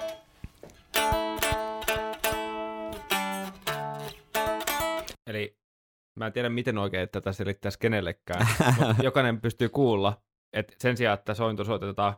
Eli mä en tiedä, miten oikein tätä selittäisi kenellekään, mutta jokainen pystyy kuulla, että sen sijaan, että sointu soitetaan,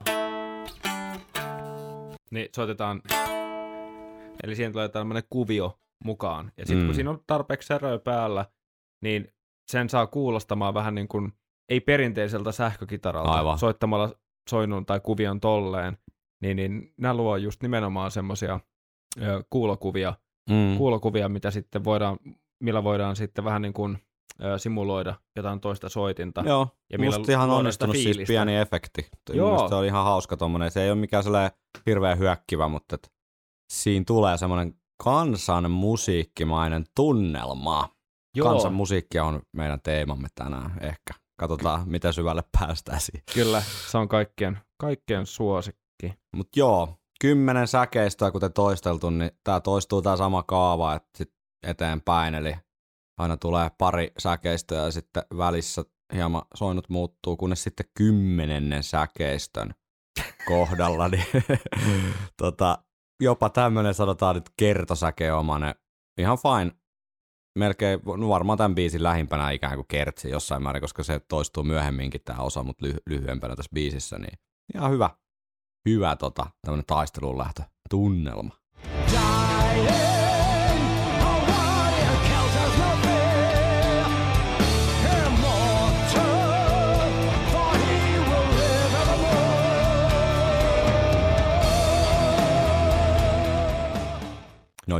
niin soitetaan, eli siihen tulee tämmöinen kuvio mukaan. Ja sitten
Mm.
kun siinä on tarpeeksi säröä päällä, niin sen saa kuulostamaan vähän niin kuin, ei perinteiseltä sähkökitaralta,
Aivan.
soittamalla soinnun tai kuvion tolleen, niin, niin nämä luo just nimenomaan semmoisia ö, kuulokuvia,
Mm.
kuulokuvia, mitä sitten voidaan, millä voidaan sitten vähän niin kuin ö, simuloida jotain toista soitinta.
Joo,
Ja millä
musta ihan
luodaan
onnistunut
sitä
siis
fiilistä.
pieni efekti.
Joo.
Musta se oli ihan hauska tommonen. Se ei ole mikään sellainen hirveän hyökkivä, mutta et siinä tulee semmoinen kansan musiikkimainen tunnelma.
Joo.
Kansan musiikki on meidän teemamme tänään ehkä. Katsotaan, miten syvälle päästään siihen.
Kyllä, se on kaikkien, kaikkien suosikki.
Mutta joo, kymmenen säkeistöä, kuten toisteltu, niin tää toistuu tää sama kaava, että sit eteenpäin, eli aina tulee pari säkeistöä ja sitten välissä hieman soinnut muuttuu, kunnes sitten kymmenennen säkeistön kohdalla, niin tota, jopa tämmönen sanotaan nyt kertosäkeomainen, ihan fine, melkein, no varmaan tämän biisin lähimpänä ikään kuin kertsi jossain määrin, koska se toistuu myöhemminkin tämä osa, mutta lyhy- lyhyempänä tässä biisissä, niin ihan hyvä, hyvä tota, tämmönen taisteluun lähtö tunnelma.
Dying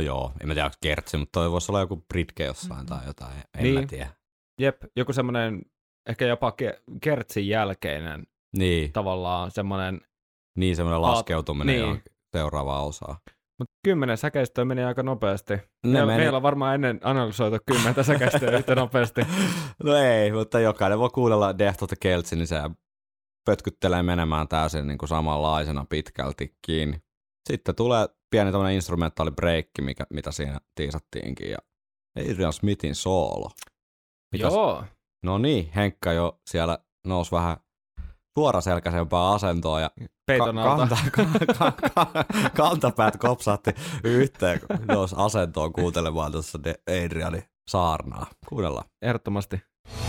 joo, en mä tiedä, onko kertsi, mutta toi voisi olla joku Britke jossain tai jotain, en
niin.
mä tiedä.
Jep, joku semmoinen ehkä jopa ke- kertsin jälkeinen
Niin,
tavallaan semmoinen,
niin semmoinen laskeutuminen
niin.
johonkin seuraavaan osaan.
mutta kymmenen säkeistöä meni aika nopeasti.
Ne
Meillä,
meni-
meillä on varmaan ennen analysoitu kymmentä säkeistöä yhtä nopeasti.
No ei, mutta jokainen voi kuunnella Death of the Keltsi, niin se pötkyttelee menemään täysin niin kuin samanlaisena pitkälti kiinni. Sitten tulee pieni tämmöinen instrumentaali breikki, mikä, mitä siinä tiisattiinkin, ja Adrian Smithin soolo. Mitäs?
Joo.
No niin, Henkka jo siellä nousi vähän suoraselkäisempää asentoa, ja
Peiton
ka-
alta.
kanta, ka- ka- kantapäät kopsahti yhteen, kun nousi asentoon kuuntelemaan tuossa Adrianin saarnaa. Kuunnellaan.
Ehdottomasti.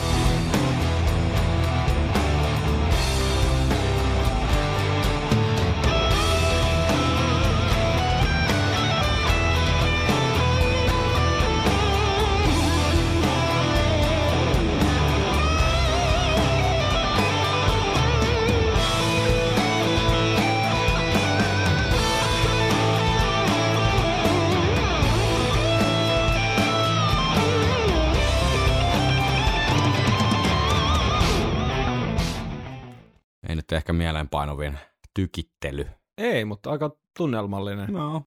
Ei nyt ehkä mieleenpainuvin tykittely.
Ei, mutta aika tunnelmallinen.
No.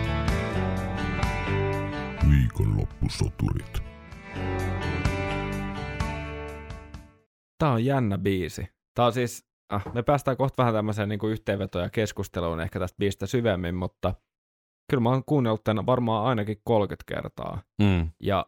Viikonloppusoturit.
Tää on jännä biisi. Tää on siis, ah, me päästään kohta vähän tämmöiseen niin kuin yhteenvetoon ja keskusteluun ehkä tästä biisistä syvemmin, mutta kyllä mä oon kuunnellut tämän varmaan ainakin kolmekymmentä kertaa.
Mm.
Ja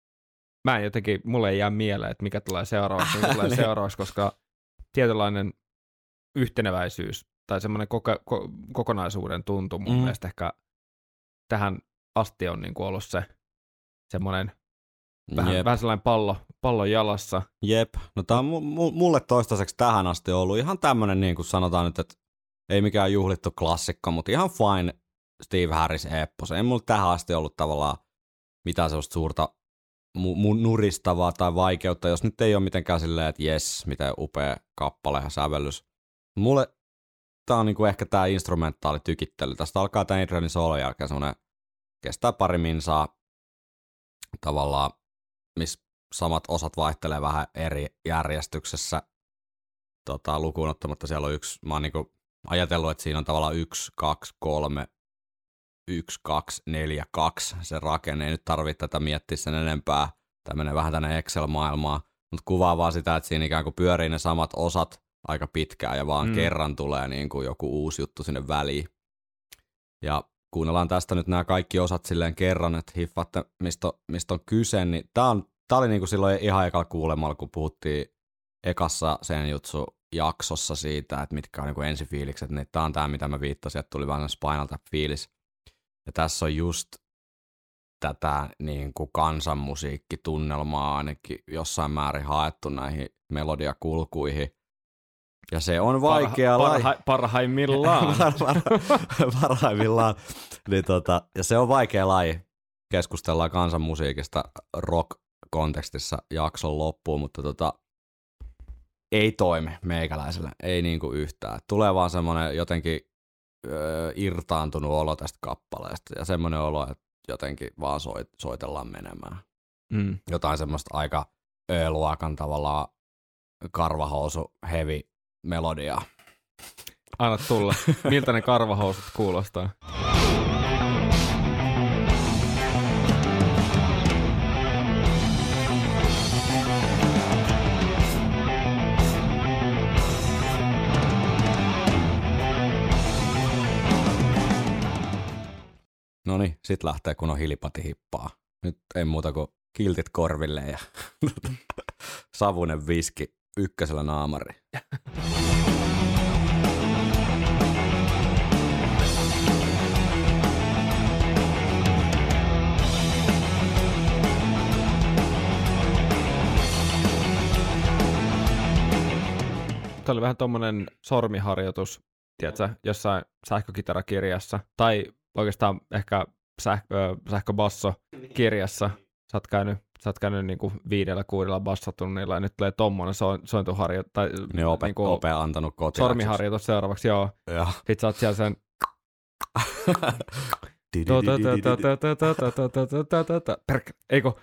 mä en jotenkin, mulle ei jää mieleen, että mikä tulee seuraavaksi, mikä tulee seuraavaksi, koska tietynlainen yhteneväisyys tai semmoinen koko, ko, kokonaisuuden tuntu mun
Mm.
mielestä ehkä tähän asti on niin kuin ollut se semmoinen vähän,
Jep.
vähän sellainen pallo, pallo jalassa.
Jep. No tää on mu- mu- mulle toistaiseksi tähän asti ollut ihan tämmönen, niin kuin sanotaan nyt, että ei mikään juhlittu klassikko, mutta ihan fine Steve Harris eppos. Ei mulla tähän asti ollut tavallaan mitään sellaista suurta mu- mu- nuristavaa tai vaikeutta, jos nyt ei ole mitenkään silleen, että jes, miten upea kappale ja sävellys. Mulle tää on niinku ehkä tää instrumentaali tykittely. Tästä alkaa tän Adrianin soolon jälkeen semmonen, kestää pari minsaa tavallaan, missä samat osat vaihtelee vähän eri järjestyksessä. Tota, lukuun ottamatta siellä on yksi, mä oon niinku ajatellut, että siinä on tavallaan yksi, kaksi, kolme, yksi, kaksi, neljä, kaksi se rakenne. Ei nyt tarvitse tätä miettiä sen enempää. Tämä menee vähän tänne Excel-maailmaan, mutta kuvaa vaan sitä, että siinä ikään kuin pyörii ne samat osat aika pitkään ja vaan mm. kerran tulee niin kuin joku uusi juttu sinne väliin. Ja kuunnellaan tästä nyt nämä kaikki osat silleen kerran, että hiffaatte, mistä on, mistä on kyse. Niin tää, on, tää oli niin kuin silloin ihan ekalla kuulemalla, kun puhuttiin ekassa sen jutsu jaksossa siitä, että mitkä on niin kuin ensifiilikset, niin tää on tää, mitä mä viittasin, että tuli vähän Spinal Tap-fiilis. Ja tässä on just tätä niin kuin kansanmusiikkitunnelmaa ainakin jossain määrin haettu näihin melodiakulkuihin. Ja se on vaikea
Parha,
laji.
parha, parhaimmillaan.
Parhaimmillaan. Niin tota, ja se on vaikea laji. Keskustellaan kansanmusiikista rock-kontekstissa jakson loppuun, mutta tota, ei toimi meikäläisellä. Ei niinku yhtään. Tulee vaan semmoinen jotenkin öö, irtaantunut olo tästä kappaleesta ja semmoinen olo, että jotenkin vaan soit, soitellaan menemään.
Mm.
Jotain semmoista aika Ö-luokan tavallaan karvahousu heavy melodiaa.
Anna tulla. Miltä ne karvahousut kuulostaa?
Noniin, sit lähtee kun on hilipati hippaa. Nyt ei muuta kuin kiltit korville ja savunen viski ykkösellä naamari.
Tämä oli vähän tommonen sormiharjoitus, tiedätkö, jossain sähkökitarakirjassa, tai oikeastaan ehkä sähkö, sähköbassokirjassa. Sä oot käynyt, sä oot käynyt niinku viidellä kuudella bassotunnilla, ja nyt tulee tommonen so, sointuharjoitus, tai
Niin ope,
niinku
ope antanut kotiin.
sormiharjoitus seuraavaksi, joo.
Ja.
Sitten sä oot siellä sen Eikö?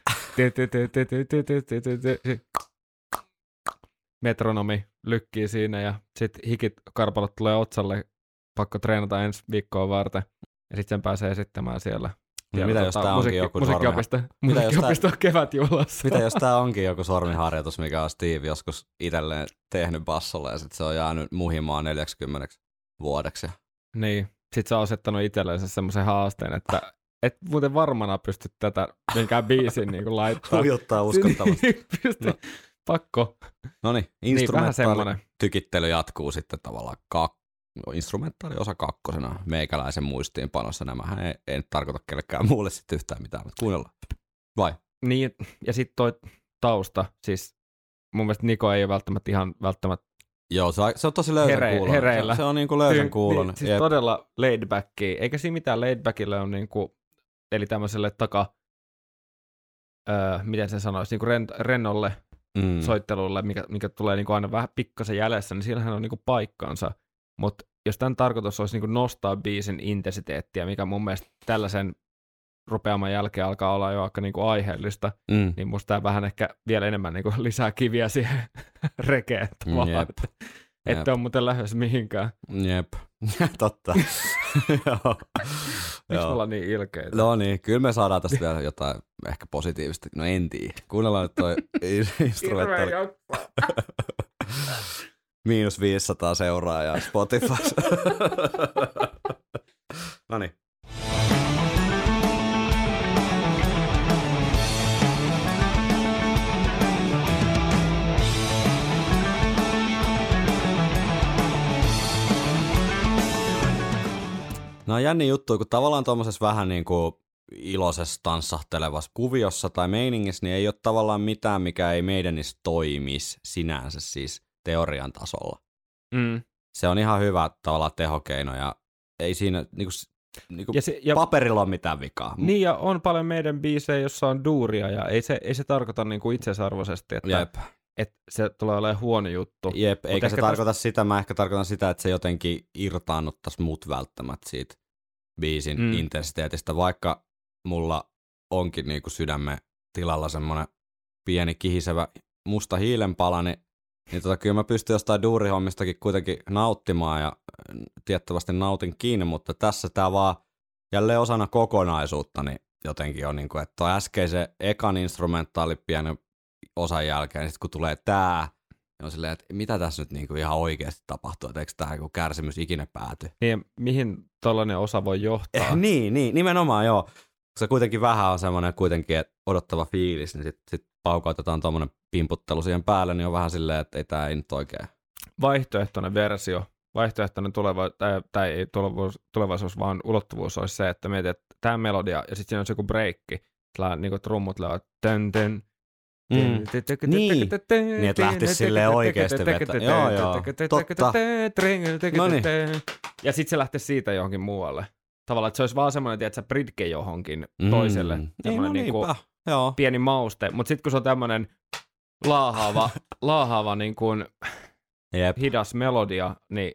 Metronomi lykkii siinä ja sitten hikit karpalot tulee otsalle. Pakko treenata ensi viikkoa varten. Ja sitten sen pääsee esittämään siellä.
No, mitä jos tää onkin joku
musiikkiopisto, musiikkiopisto kevätjuhlassa.
Mitä jos tää onkin joku sormiharjoitus, mikä on Steve joskus itselleen tehnyt bassolla ja sit se on jäänyt muhimaan neljäkymmentä vuodeksi.
Niin, sit sä oot asettanut itsellensä semmoisen haasteen, että et muuten varmana pysty tätä minkään biisin niin laittaa.
Hujuttaa uskottavasti.
Pysty. Pakko.
Noniin,
Niin,
instrumentaali tykittely jatkuu sitten tavallaan kak- no, instrumentaali osa kakkosena meikäläisen muistiinpanossa. Nämähän ei, ei nyt tarkoita kellekään muulle sitten yhtään mitään, mutta kuunnellaan. Vai?
Niin, ja sitten toi tausta, siis mun mielestä Niko ei ole välttämättä ihan välttämättä
Joo, se on, se on tosi löysän
Here,
kuulonen.
hereillä.
Se, se on niin kuin löysän kuulonen.
Niin, siis todella laidbackia. Eikä siinä mitään laidbackille on niinku, eli tämmöiselle taka, öö, miten sen sanoisi, niinku ren, rennolle mm. soittelulle, mikä, mikä tulee niinku aina vähän pikkasen jäljessä, niin sillähän on niinku paikkansa. Mutta jos tämän tarkoitus olisi niinku nostaa biisin intensiteettiä, mikä mun mielestä tällaisen rupeaman jälkeen alkaa olla jo aika niinku aiheellista, mm. niin musta tämä vähän ehkä vielä enemmän niinku lisää kiviä siihen rekeen tavallaan. Että on muuten lähes mihinkään.
Jep, totta. Joo.
Miksi me ollaan niin ilkeitä?
No niin, kyllä me saadaan tästä vielä jotain ehkä positiivista. No en tiedä. Kuunnellaan nyt toi instrumentaali. Miinus viisisataa seuraajaa Spotifyssa. No niin. No on jänni juttu, kun tavallaan tuommoisessa vähän niin kuin iloisessa tanssahtelevassa kuviossa tai meiningissä, niin ei ole tavallaan mitään, mikä ei meidän niistä toimisi sinänsä siis teorian tasolla.
Mm.
Se on ihan hyvä tavallaan tehokeino ja ei siinä niin kuin, niin kuin
ja se, ja,
paperilla ole mitään vikaa.
Niin ja on paljon meidän biisejä, jossa on duuria ja ei se, ei se tarkoita niin kuin itsesarvoisesti, että,
Jep.
että se tulee olemaan huono juttu.
Jep, eikä se
täs...
tarkoita sitä, mä ehkä tarkoitan sitä, että se jotenkin irtaannuttaisi mut välttämättä siitä biisin mm. intensiteetistä, vaikka mulla onkin niinku sydämen tilalla semmoinen pieni kihisevä musta hiilenpala, niin, niin tota, kyllä mä pystyn jostain duurihommistakin kuitenkin nauttimaan ja tiettävästi nautin kiinni, mutta tässä tää vaan jälleen osana kokonaisuutta niin jotenkin on, niinku, että toi äskeisen ekan instrumentaali pienen osan jälkeen, niin sit kun tulee tää, niin on silleen, että mitä tässä nyt niinku ihan oikeasti tapahtuu, että eikö tää joku kärsimys ikinä pääty.
Niin, mihin tollainen osa voi johtaa?
Eh, niin, niin, nimenomaan joo. Se kuitenkin vähän on semmoinen kuitenkin että odottava fiilis, niin sitten sit paukautetaan tommonen pimputtelu siihen päälle, niin on vähän silleen, että ei tää ei nyt oikein.
Vaihtoehtoinen versio, vaihtoehtoinen tuleva, tai, tai ei tulevaisuus, tulevaisuus, vaan ulottuvuus olisi se, että mietit, että tämä melodia, ja sitten siinä on joku breikki, niin kuin trummut löyvät, tön, tön,
Mm. Niin, niin että lähtisi silleen oikeasti vetää. Joo, joo, totta. Noniin.
Ja sitten se lähtisi siitä johonkin muualle. Tavallaan, että se olisi vaan semmoinen, tiedätkö, bridge johonkin toiselle.
Mm.
Semmoinen
Ei, no
niinku
joo.
pieni mauste. Mutta sitten kun se on tämmöinen laahaava, laahaava niin kuin
Jep.
hidas melodia, niin...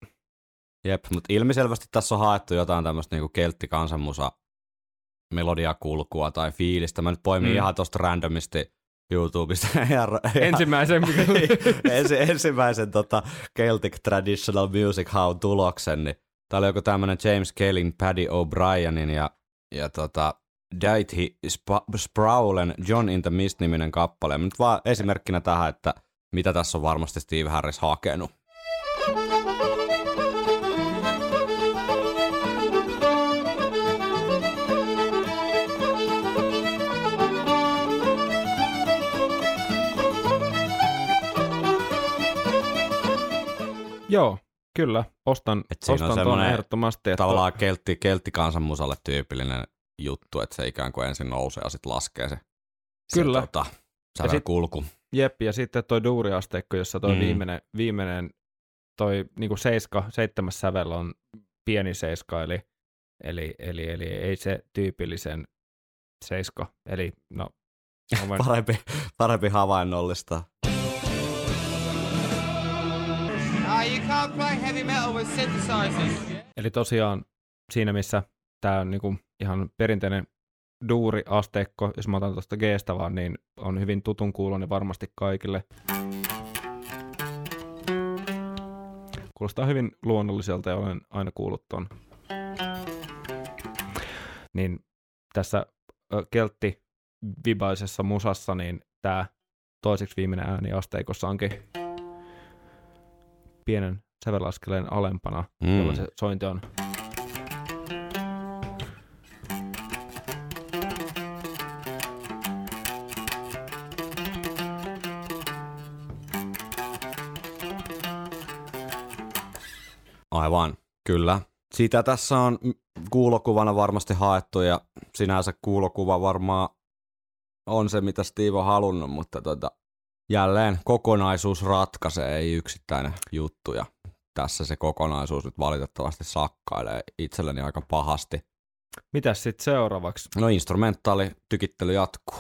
Jep, mutta ilmiselvästi tässä on haettu jotain tämmöistä niinku kelttikansanmusa melodiakulkua tai fiilistä. Mä nyt poimin mm. ihan tosta randomisti YouTubesta.
Ensimmäisen,
ensi, ensimmäisen tota, Celtic Traditional Music How-tuloksen. Niin tää oli joku tämmönen James Kellin, Paddy O'Brienin ja, ja tota, Daithi Sproulen John in the Mist-niminen kappale. Nyt vaan esimerkkinä tähän, että mitä tässä on varmasti Steve Harris hakenut.
Joo, kyllä. Ostan, ostan tuon ehdottomasti. Että
tavallaan keltti, kelttikansanmusalle tyypillinen juttu, että se ikään kuin ensin nousee ja sitten laskee se,
kyllä.
se tota, sävelkulku.
Jep, ja sitten toi duuriasteikko, jossa toi mm. viimeinen, viimeinen toi niinku seiska, seitsemäs sävel on pieni seiska, eli, eli, eli, eli ei se tyypillisen seiska. Eli no... Olen...
parempi, parempi havainnollista.
You can't play heavy metal with synthesizers.
Eli tosiaan siinä, missä tämä on niinku ihan perinteinen duuri-asteikko, jos mä otan tuosta G:stä vaan, niin on hyvin tutun kuuloinen varmasti kaikille. Kuulostaa hyvin luonnolliselta ja olen aina kuullut ton. Niin tässä keltti-vibaisessa musassa, niin tää toiseksi viimeinen ääni asteikossa onkin pienen sävelaskeleen alempana, mm. jolloin se sointi on
aivan, kyllä. Sitä tässä on kuulokuvana varmasti haettu ja sinänsä kuulokuva varmaan on se, mitä Steve on halunnut, mutta tota, jälleen kokonaisuus ratkaisee, ei yksittäinen juttu ja tässä se kokonaisuus nyt valitettavasti sakkailee itselleni aika pahasti.
Mitäs sitten seuraavaksi?
No instrumentaali tykittely jatkuu.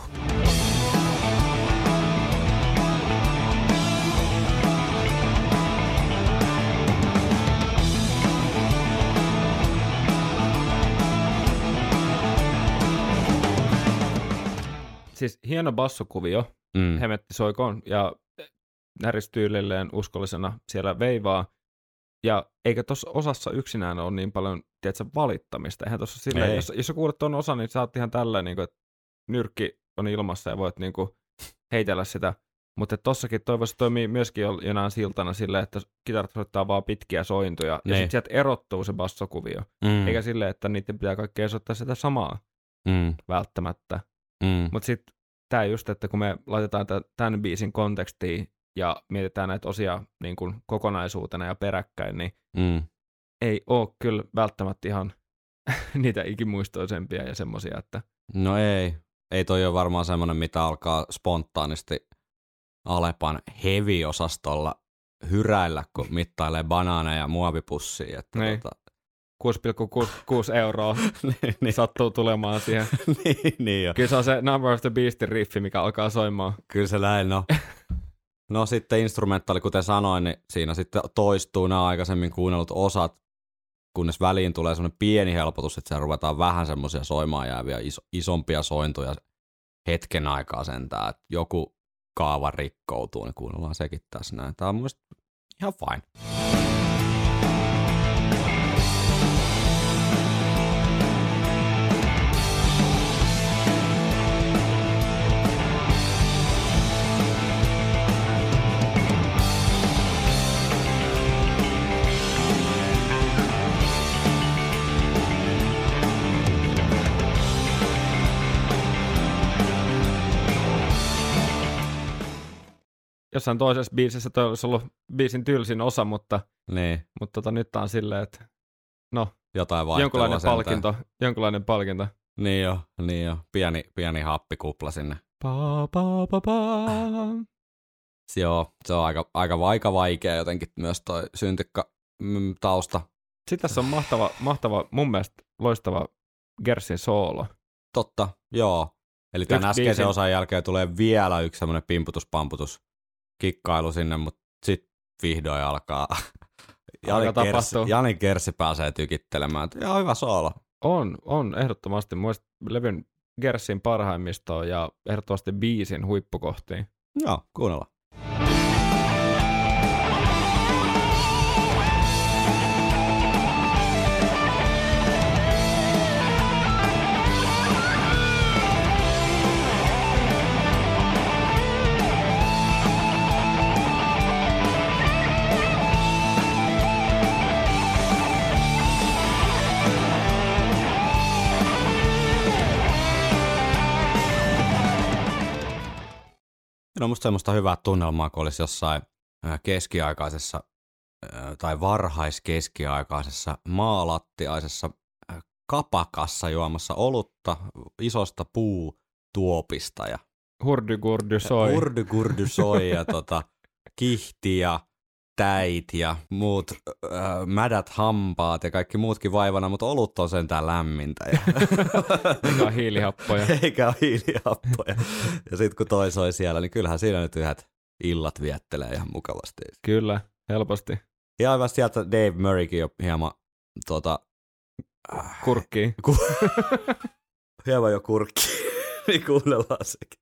Siis hieno bassokuvio, mm. Hemetti soikoon ja näristyylilleen uskollisena siellä veivaa. Ja eikä tuossa osassa yksinään ole niin paljon, tiedätkö, valittamista. Eihän tuossa silleen, jos, jos sä kuulet tuon osan, niin sä oot ihan tälleen, niin kuin, että nyrkki on ilmassa ja voit niin kuin, heitellä sitä. Mutta tossakin toivoisi toimii myöskin jonain siltana silleen, että kitarat soittaa vaan pitkiä sointuja. Ne. Ja sitten sieltä erottuu se bassokuvio. Mm. Eikä silleen, että niiden pitää kaikkea soittaa sitä samaa mm. välttämättä. Mm. Mutta sitten tämä just, että kun me laitetaan tämän biisin kontekstiin ja mietitään näitä osia niin kuin kokonaisuutena ja peräkkäin, niin mm. ei ole kyllä välttämättä ihan niitä ikimuistoisempia ja semmoisia, että...
No ei. Ei toi ole varmaan semmoinen, mitä alkaa spontaanisti Alepan heavy-osastolla hyräillä, kun mittailee banaaneja ja muovipussia. Että
niin.
tota...
kuusi pilkku kuusi euroa
niin, niin.
sattuu tulemaan siihen.
niin, niin jo.
Kyllä se on se Number of the Beastin riffi, mikä alkaa soimaan.
Kyllä se näin, no. No sitten instrumentaali, kuten sanoin, niin siinä sitten toistuu nämä aikaisemmin kuunnellut osat, kunnes väliin tulee semmoinen pieni helpotus, että siellä ruvetaan vähän semmoisia soimaan jääviä iso, isompia sointuja hetken aikaa sentään, että joku kaava rikkoutuu, niin kuunnellaan sekin tässä näin. Tämä on mun mielestä ihan fine.
Jossain toisessa biisissä toi olisi ollut biisin tylsin osa, mutta,
niin.
mutta tota, nyt tää on silleen, että no,
jotain
jonkunlainen palkinto, jonkunlainen palkinto.
Niin jo, niin jo. Pieni, pieni happikupla sinne.
Pa, pa, pa, pa.
Joo, se on aika, aika, aika vaikea jotenkin myös toi syntikka mm, tausta.
Sitten tässä on mahtava, mahtava, mun mielestä loistava Gersin soolo.
Totta, joo. Eli tämän äskeisen biisin osan jälkeen tulee vielä yksi semmoinen pimputus-pamputus kikkailu sinne, mutta sitten vihdoin alkaa. Jani Kerssi, Jani Kerssi pääsee tykittelemään. Ihan hyvä soolo.
On, on ehdottomasti. Mielestäni levyn Gersin parhaimmistoon ja ehdottomasti biisin huippukohtiin.
Joo, kuunnellaan. No musta semmoista hyvää tunnelmaa, kun olisi jossain keskiaikaisessa tai varhaiskeskiaikaisessa maalattiaisessa kapakassa juomassa olutta isosta puutuopista. Ja
hurdy-gurdy soi.
Hurdy-gurdy soi ja tota, kihti ja täit ja muut äh, mädät hampaat ja kaikki muutkin vaivana, mutta olut on sentään lämmintä. Ja
eikä ole hiilihappoja.
Eikä ole hiilihappoja. Ja sitten kun toi soi siellä, niin kyllähän siinä nyt yhdet illat viettelee ihan mukavasti.
Kyllä, helposti.
Ja aivan sieltä Dave Murraykin jo hieman tota,
kurkkiin.
Ku... Hieman jo kurkki, niin kuunnellaan sekin.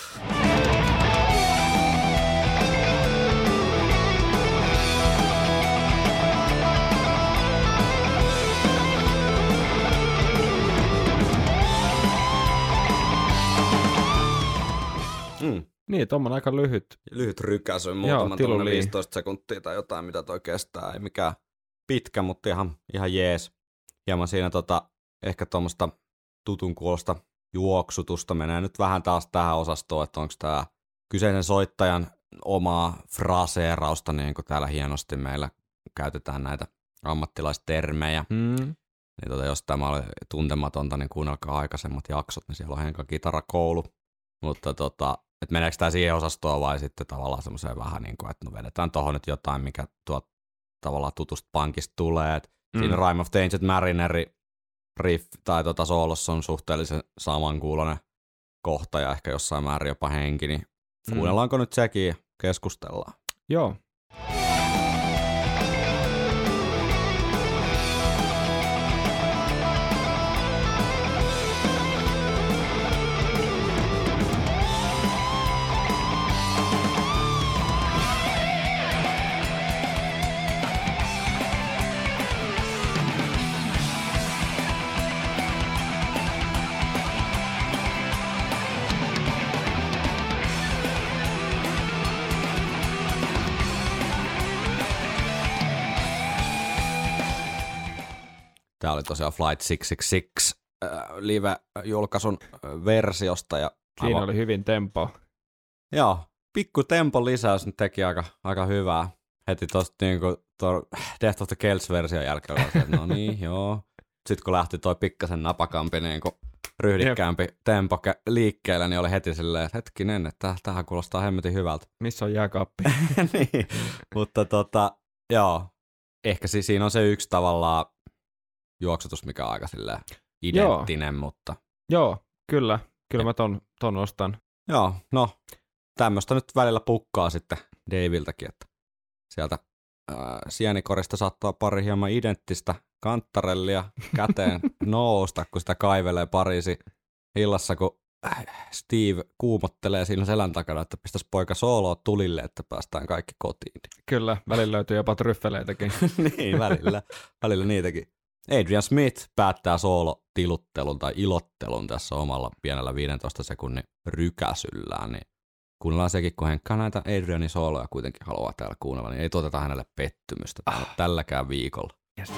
Mm.
Niin, tuommoinen aika lyhyt.
Lyhyt rykäsy, muutama viisitoista sekuntia tai jotain, mitä toi kestää. Ei mikään pitkä, mutta ihan, ihan jees. Hieman siinä tota, ehkä tuommoista tutun kuulosta juoksutusta menee nyt vähän taas tähän osastoon, että onko tämä kyseisen soittajan omaa fraseerausta, niin kuin täällä hienosti meillä käytetään näitä ammattilaistermejä.
Mm.
Niin tota, jos tämä oli tuntematonta, niin kuunnelkaa aikaisemmat jaksot, niin siellä on Henkan kitarakoulu. Mutta tota, että meneekö tämä siihen osastoon vai sitten tavallaan semmoiseen vähän niin kuin, että no vedetään tohon nyt jotain, mikä tuot tavallaan tutusta pankista tulee. Et mm. Siinä Rime of the Ancient Marineri riff tai tota soolossa on suhteellisen samankuuloinen kohta ja ehkä jossain määrin jopa henki, niin mm. kuunnellaanko nyt sekin ja keskustellaan?
Joo.
Tämä oli tosiaan Flight six six six äh, live-julkaisun äh, versiosta. Ja
Siinä
aivan...
oli hyvin tempo.
Joo, pikku tempon lisäys nyt teki aika, aika hyvää. Heti tuosta niinku tuo Death of the Kells-version jälkeen oli se, että no niin, joo. Sitten kun lähti toi pikkasen napakampi niinku ryhdikkäämpi tempo ke- liikkeelle, niin oli heti silleen, että hetkinen, että tähän kuulostaa hemmetin hyvältä.
Missä on jääkaappi?
Niin, mutta tota, joo, ehkä si- siinä on se yksi tavallaan juoksutus, mikä on aika silleen identtinen, joo. mutta...
Joo, kyllä. Kyllä mä ton, ton ostan.
Joo, no tämmöistä nyt välillä pukkaa sitten Daviltäkin, että sieltä ää, sienikorista saattaa pari hieman identtistä kanttarellia käteen nousta, kun sitä kaivelee Pariisi illassa, kun Steve kuumottelee siinä selän takana, että pistäisi poika sooloa tulille, että päästään kaikki kotiin.
Kyllä, välillä löytyy jopa tryffeleitäkin.
Niin, välillä, välillä niitäkin. Adrian Smith päättää soolotiluttelun tai ilottelun tässä omalla pienellä viidentoista sekunnin rykäsyllään, niin kuunnellaan sekin, kun Henkka näitä Adrianin sooloja kuitenkin haluaa täällä kuunnella, niin ei tuoteta hänelle pettymystä ah. tälläkään viikolla. Yes.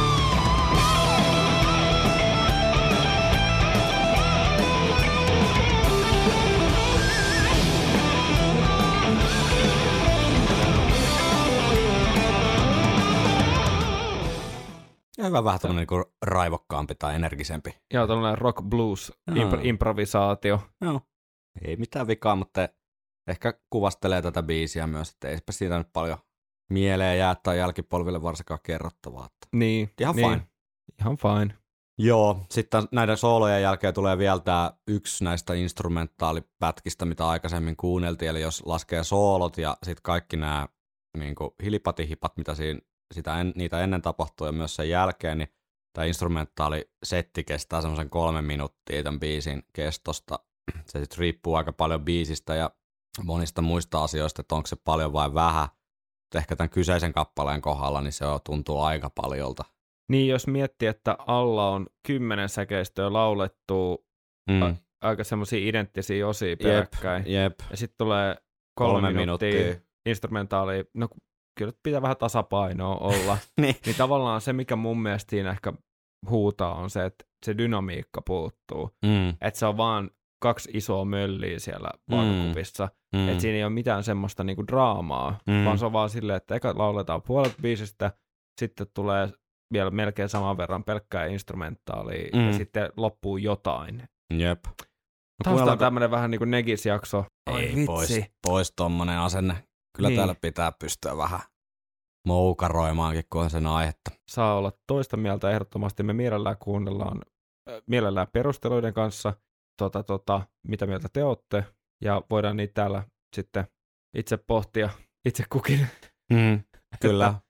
Ja hyvä vähän tämmöinen niin raivokkaampi tai energisempi.
Joo, tämmöinen rock blues impro- improvisaatio.
Joo, ei mitään vikaa, mutta ehkä kuvastelee tätä biisiä myös, että eipä siitä nyt paljon mieleen jää tai jälkipolville varsinkaan kerrottavaa.
Niin.
Ihan
niin.
fine.
Ihan fine.
Joo, sitten näiden soolojen jälkeen tulee vielä tämä yksi näistä instrumentaalipätkistä, mitä aikaisemmin kuunneltiin, eli jos laskee soolot ja sitten kaikki nämä niin hilipatihipat, mitä siinä sitä en, niitä ennen tapahtuu ja myös sen jälkeen, niin tämä instrumentaalisetti kestää semmoisen kolme minuuttia tämän biisin kestosta. Se sitten riippuu aika paljon biisistä ja monista muista asioista, että onko se paljon vai vähän. Ehkä tämän kyseisen kappaleen kohdalla, niin se on, tuntuu aika paljolta.
Niin, jos miettii, että alla on kymmenen säkeistöä laulettua, mm. a- aika semmoisia identtisiä osia peräkkäin.
Jep, jep.
Ja sitten tulee kolme, kolme minuuttia, minuuttia instrumentaalia. No kyllä pitää vähän tasapainoa olla.
niin.
niin tavallaan se, mikä mun mielestä siinä ehkä huutaa, on se, että se dynamiikka puuttuu.
Mm.
Että se on vaan kaksi isoa mölliä siellä vaakakupissa. Mm. Että siinä ei ole mitään semmoista niinku draamaa, mm. vaan se on vaan silleen, että eka lauletaan puolet biisistä, sitten tulee vielä melkein saman verran pelkkää instrumentaalia, mm. ja sitten loppuu jotain.
Jep.
Taustalla on tämmöinen vähän niin kuin Negis-jakso.
Ei vitsi. Pois, pois tommonen asenne. Kyllä niin. Täällä pitää pystyä vähän moukaroimaankin, kun on sen aihetta.
Saa olla toista mieltä ehdottomasti. Me mielellään kuunnellaan äh, mielellään perusteluiden kanssa, tota, tota, mitä mieltä te olette, ja voidaan niitä täällä sitten itse pohtia, itse kukin.
Mm, kyllä.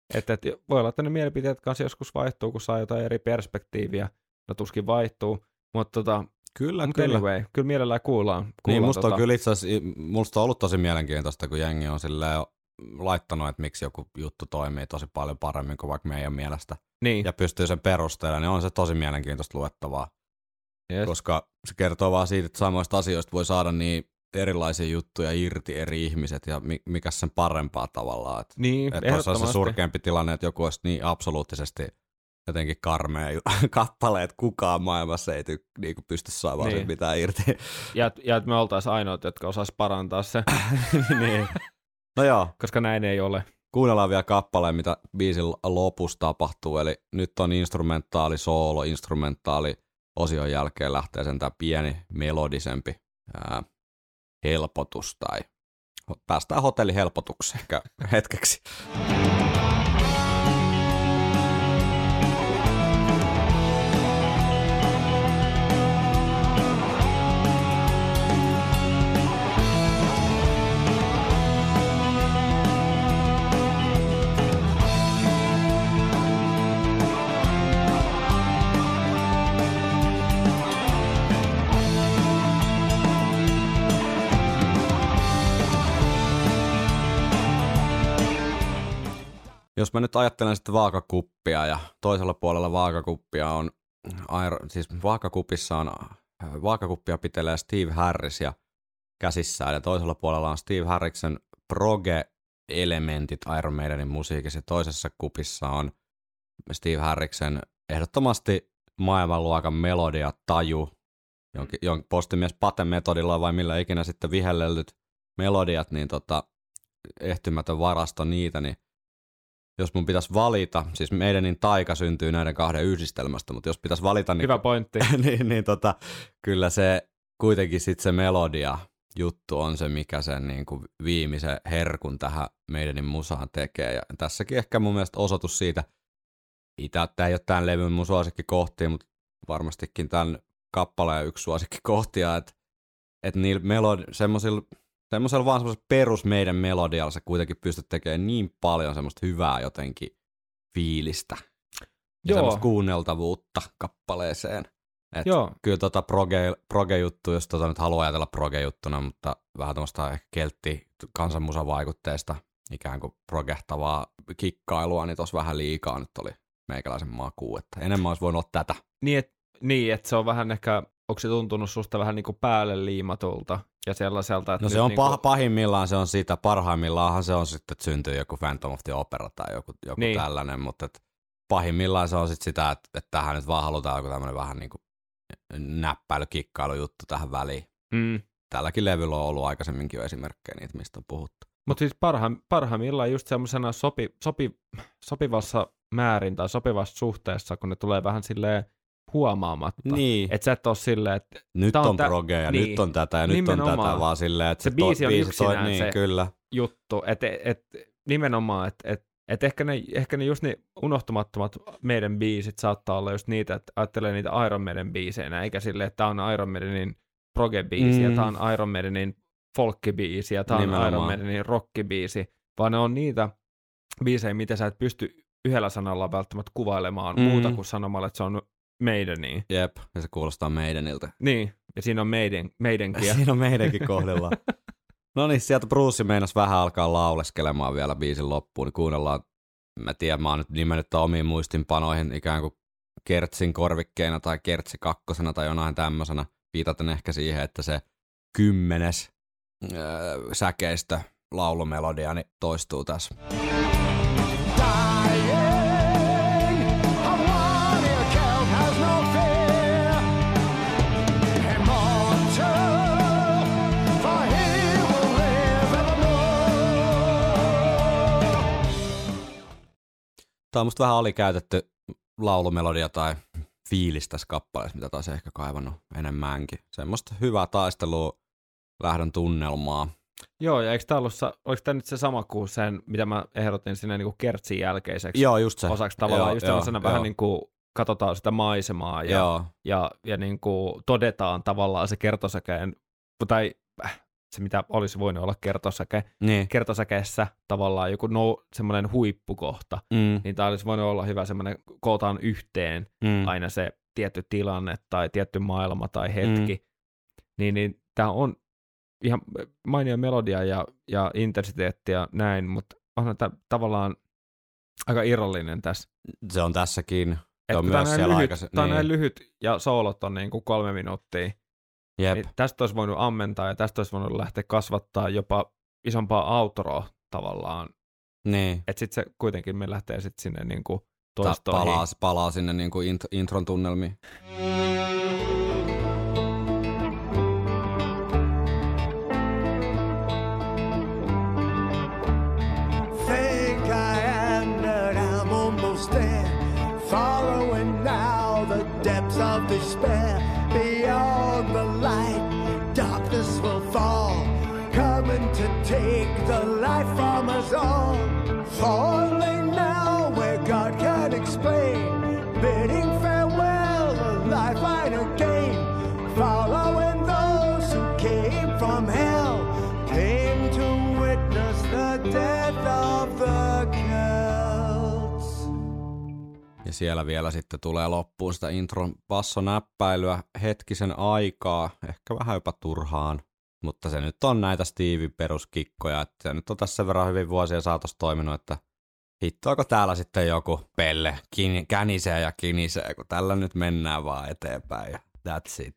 Että, että voi olla, että ne mielipiteet kanssa joskus vaihtuu, kun saa jotain eri perspektiiviä. No tuskin vaihtuu, mutta tota,
Kyllä,
mut
kyllä.
anyway, kyllä mielellään kuullaan. kuullaan
Niin, musta
tota,
on kyllä itse asiassa, musta on ollut tosi mielenkiintoista, kun jengi on silleen laittanut, että miksi joku juttu toimii tosi paljon paremmin kuin vaikka meidän mielestä.
niin,
Ja pystyy sen perustelemaan, niin on se tosi mielenkiintoista luettavaa.
yes.
Koska se kertoo vaan siitä, että samoista asioista voi saada niin erilaisia juttuja irti eri ihmiset ja mikä sen parempaa tavallaan. Että
niin,
et tuossa on se
ehdottomasti.
surkeampi tilanne, että joku olisi niin absoluuttisesti jotenkin karmea ju- kappale, että kukaan maailmassa ei ty- niinku pysty saamaan
Niin.
niin. mitään irti.
Ja, ja että me oltaisiin ainoat, jotka osais parantaa se,
niin. No joo,
koska näin ei ole.
kuunnellaan vielä kappaleen, mitä biisin lopussa tapahtuu. Eli nyt on instrumentaali, soolo, instrumentaali osion jälkeen lähtee sen tää pieni melodisempi ää, helpotus tai päästään hotellihelpotukseen ehkä hetkeksi. Jos mä nyt ajattelen sitten vaakakuppia ja toisella puolella vaakakuppia on, siis vaakakupissa on, vaakakuppia pitelee Steve Harris ja käsissään ja toisella puolella on Steve Harriksen proge-elementit Iron Maidenin musiikissa ja toisessa kupissa on Steve Harriksen ehdottomasti maailmanluokan melodia taju, jonkin, jonkin postimies Pate-metodilla vai millä ikinä sitten vihellellyt melodiat, niin tota, ehtymätön varasto niitä, niin jos mun pitäisi valita, siis Maidenin taika syntyy näiden kahden yhdistelmästä, mutta jos pitäisi valita, niin,
Hyvä pointti.
niin, niin tota, kyllä se kuitenkin sitten se melodia juttu on se, mikä sen niin kuin viimeisen herkun tähän Maidenin musaan tekee. Ja tässäkin ehkä mun mielestä osoitus siitä, tämä ei ole tämän levyn mun suosikkikohtia, mutta varmastikin tämän kappaleen yksi suosikkikohtia, että, että niillä melodi- semmoisilla Semmoisella vaan semmoisella perus meidän melodialla sä kuitenkin pystyt tekemään niin paljon semmoista hyvää jotenkin fiilistä. Ja
Joo.
semmoista kuunneltavuutta kappaleeseen. Et
Joo.
kyllä tota proge, proge-juttu, jos tota nyt haluaa ajatella proge-juttuna, mutta vähän tämmöistä ehkä keltti kansanmusavaikutteista ikään kuin progehtavaa kikkailua, niin tossa vähän liikaa nyt oli meikäläisen makuun, että enemmän olisi voinut olla tätä.
Niin, että niin, et se on vähän ehkä, onko se tuntunut susta vähän niin kuin päälle liimatulta ja sellaiselta, että
No
nyt
se on
niin kuin,
pahimmillaan se on sitä, parhaimmillaanhan se on sitten, että syntyy joku Phantom of the Opera tai joku, joku
Niin.
tällainen, mutta et pahimmillaan se on sitten sitä, että, että tähän nyt vaan halutaan joku tämmöinen vähän niin kuin näppäily, kikkailujuttu tähän väliin.
mm.
Tälläkin levyllä on ollut aikaisemminkin jo esimerkkejä niitä, mistä on puhuttu.
Mutta siis parha, parhaimmillaan just semmoisena sopi, sopi, sopivassa määrin tai sopivassa suhteessa, kun ne tulee vähän silleen huomaamatta.
Niin.
Että sä et ole silleen, että
Nyt
tää
on,
on
on
tä-
proge ja
niin.
nyt on tätä ja nyt on
Nimenomaan.
tätä, vaan silleen, että
Se
to-
biisi on
toi,
yksinään
niin,
se-
kyllä.
juttu, että et, nimenomaan, että et, et ehkä, ne, ehkä ne just ne unohtumattomat meidän biisit saattaa olla just niitä, että ajattelee niitä Iron Maiden biiseinä, eikä silleen, että tää on Iron Maidenin proge-biisi,
Mm.
ja tää on Iron Maidenin folkkibiisi, ja tää on
Nimenomaan.
Iron Maidenin rockibiisi, vaan ne on niitä biisejä, mitä sä et pysty yhdellä sanalla välttämättä kuvailemaan
Mm.
muuta kuin sanomalla, että se on Maidenia.
Jep, ja se kuulostaa Maidenilta.
Niin, ja siinä on meidän, meidänkin.
Siinä on meidänkin kohdalla. No niin, sieltä Bruce meinas vähän alkaa lauleskelemaan vielä biisin loppuun, niin kuunnellaan, mä tiedän, mä oon nyt nimennyt omiin muistinpanoihin ikään kuin Kertsin korvikkeina tai Kertsi kakkosena tai jonain tämmöisenä, viitaten ehkä siihen, että se kymmenes öö, säkeistö laulumelodia niin toistuu tässä. Tämä on musta vähän alikäytetty laulumelodia tai fiilis tässä kappaleessa, mitä taas ehkä kaivannut enemmänkin. Semmoista hyvää taistelua, lähdön tunnelmaa.
Joo, ja eikö tämä ollut, oliko tämä nyt se sama kuin sen, mitä mä ehdotin sinne niin kuin Kertsin jälkeiseksi
Joo, just se.
osaksi tavallaan,
Joo,
just
joo,
tämmöisenä vähän
joo.
niin kuin katsotaan sitä maisemaa ja,
Joo,
ja, ja niin kuin todetaan tavallaan se kertosäkeen, tai äh, se mitä olisi voinut olla kertosäke,
Niin.
kertosäkeessä tavallaan joku no, semmoinen huippukohta,
Mm.
niin tämä olisi voinut olla hyvä semmoinen, kootaan yhteen
Mm.
aina se tietty tilanne tai tietty maailma tai hetki,
Mm.
niin, niin tämä on ihan mainio melodia ja, ja intensiteetti ja näin, mutta onhan tämä tavallaan aika irrallinen tässä.
Se on tässäkin. Se on
Että
myös
tämä
siellä
lyhyt,
aikaisemmin.
tämä on
Niin.
näin lyhyt ja soolot on niin kuin kolme minuuttia.
Jep.
Niin tästä olisi voinut ammentaa ja tästä olisi voinut lähteä kasvattaa jopa isompaa outroa tavallaan.
Niin.
Että sitten se kuitenkin me lähtee sitten sinne niin kuin
Ta-
toistoihin.
palaa, palaa sinne niinku int- intron tunnelmiin.
Think I am, but I'm almost there. Following now the depths of despair. Beyond the light, darkness will fall. Coming to take the light from us all. Falling now where God can explain. Bidding farewell, the life I don't gain. Following those who came from hell. Came to witness the death of the Celts.
Ja siellä vielä sitten tulee loppuun sitä intron bassonäppäilyä hetkisen aikaa, ehkä vähän jopa turhaan. Mutta se nyt on näitä Steven peruskikkoja, että se nyt on tässä sen verran hyvin vuosien saatossa toiminut, että hittoako täällä sitten joku pelle kin- känisee ja kinisee, kun tällä nyt mennään vaan eteenpäin ja that's it.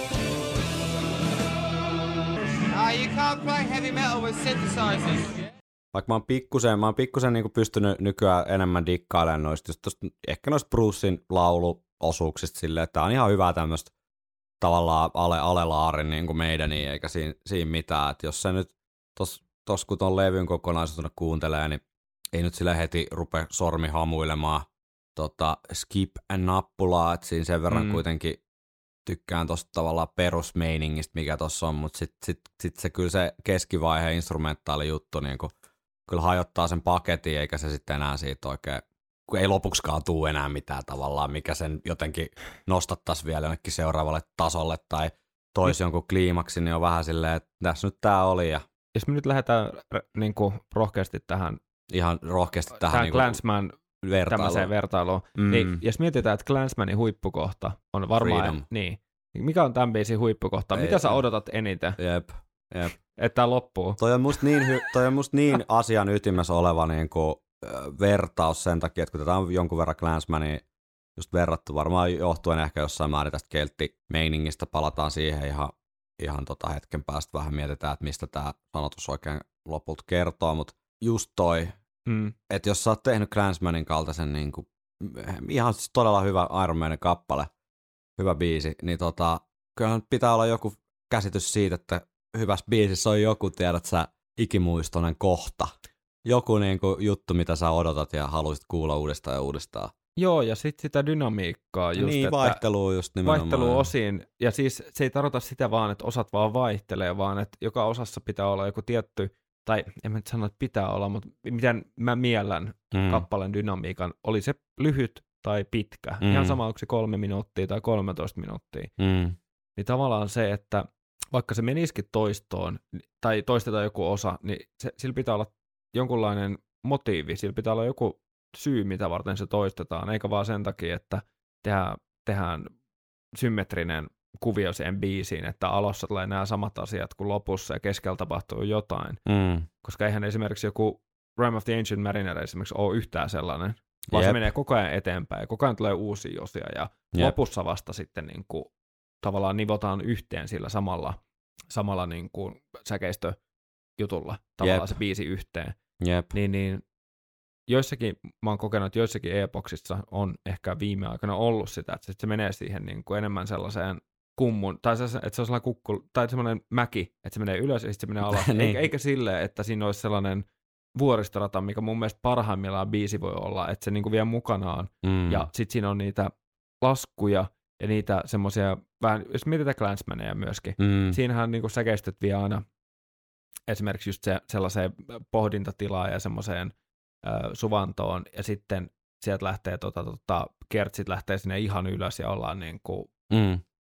Ah, you can't play heavy metal with synthesizers.
Vaikka mä oon pikkusen, mä oon pikkusen niinku pystynyt nykyään enemmän dikkailemaan noista, just tosta, ehkä noista Brucein lauluosuuksista silleen, että tää on ihan hyvää tämmöistä tavallaan ale, alelaarin niin kuin meidäni, eikä siinä, siinä mitään. Et jos se nyt, tos, tos kun ton levyn kokonaisuutena kuuntelee, niin ei nyt sille heti rupea sormi hamuilemaan tota, skip-nappulaa, että siinä sen verran
Mm.
kuitenkin tykkään tosta tavallaan perusmeiningistä, mikä tossa on, mutta sitten sit, sit se kyllä se keskivaiheen instrumentaali juttu niin kuin, kyllä hajottaa sen paketin, eikä se sitten enää siitä oikein, kun ei lopuksikaan tuu enää mitään tavallaan, mikä sen jotenkin nostattaisi vielä jonnekin seuraavalle tasolle tai toisi jonkun kliimaksi, niin on vähän silleen, että tässä nyt tää oli ja
Jos me nyt lähdetään niin kuin rohkeasti tähän,
ihan rohkeasti tähän
tähän
niin
Clansman
vertailuun.
tämmöiseen vertailuun,
Mm.
niin jos mietitään, että Clansmanin huippukohta on varmaan,
Freedom.
niin, mikä on tämän biisin huippukohta?
Ei,
Mitä sä
ei.
odotat eniten,
Jep, jep.
että tämä loppuu?
Toi on musta niin, hy- toi on musta niin asian ytimessä oleva niin kuin, äh, vertaus sen takia, että kun tätä on jonkun verran Clansmania just verrattu, varmaan johtuen ehkä jossain määrin tästä kelttimeiningistä, palataan siihen ihan, ihan tota hetken päästä vähän mietitään, että mistä tämä sanotus oikein lopulta kertoo, mutta just toi,
Mm.
että jos sä oot tehnyt Clansmanin kaltaisen niin kuin, ihan siis todella hyvä Iron Maiden kappale, hyvä biisi, niin tota, kyllä nyt pitää olla joku käsitys siitä, että hyvässä biisissä on joku, tiedät sä, ikimuistoinen kohta. Joku niinku juttu, mitä sä odotat ja haluaisit kuulla uudestaan ja uudestaan.
Joo, ja sitten sitä dynamiikkaa just,
niin,
että
vaihtelua just nimenomaan.
vaihtelu osiin, ja siis se ei tarkoita sitä vaan, että osat vaan vaihtelee, vaan että joka osassa pitää olla joku tietty, tai en mä nyt sano, että pitää olla, mutta miten mä miellän
mm.
kappaleen dynamiikan, oli se lyhyt tai pitkä,
Mm.
ihan sama onko se kolme minuuttia tai kolmetoista minuuttia,
Mm.
niin tavallaan se, että vaikka se menisikin toistoon, tai toistetaan joku osa, niin se, sillä pitää olla jonkunlainen motiivi, sillä pitää olla joku syy, mitä varten se toistetaan, eikä vaan sen takia, että tehdään, tehdään symmetrinen kuvio siihen biisiin, että alussa tulee nämä samat asiat kuin lopussa ja keskellä tapahtuu jotain.
Mm.
Koska eihän esimerkiksi joku Rime of the Ancient Mariner esimerkiksi ole yhtään sellainen, vaan
Jep.
se menee koko ajan eteenpäin ja koko ajan tulee uusia osia ja
Jep.
lopussa vasta sitten niin kuin, tavallaan nivotaan yhteen sillä samalla, samalla niin kuin säkeistöjutulla tavallaan
Jep.
se biisi yhteen.
Jep.
Niin, niin joissakin, mä oon kokenut, että joissakin epoksissa on ehkä viime aikana ollut sitä, että se menee siihen niin kuin enemmän sellaiseen kummun, tai se, että se on sellainen kukku, tai semmoinen mäki, että se menee ylös ja sitten se menee alas,
Niin.
eikä, eikä silleen, että siinä olisi sellainen vuoristorata, mikä mun mielestä parhaimmillaan biisi voi olla, että se niin kuin vie mukanaan,
Mm.
ja sitten siinä on niitä laskuja ja niitä semmoisia, vähän, jos mietitään Clansmania myöskin,
Mm.
siinähän niin kuin säkeistöt vie aina esimerkiksi just se, sellaiseen pohdintatilaan ja semmoiseen ö, suvantoon, ja sitten sieltä lähtee, tota, tota, kertsit lähtee sinne ihan ylös ja ollaan niin kuin
Mm.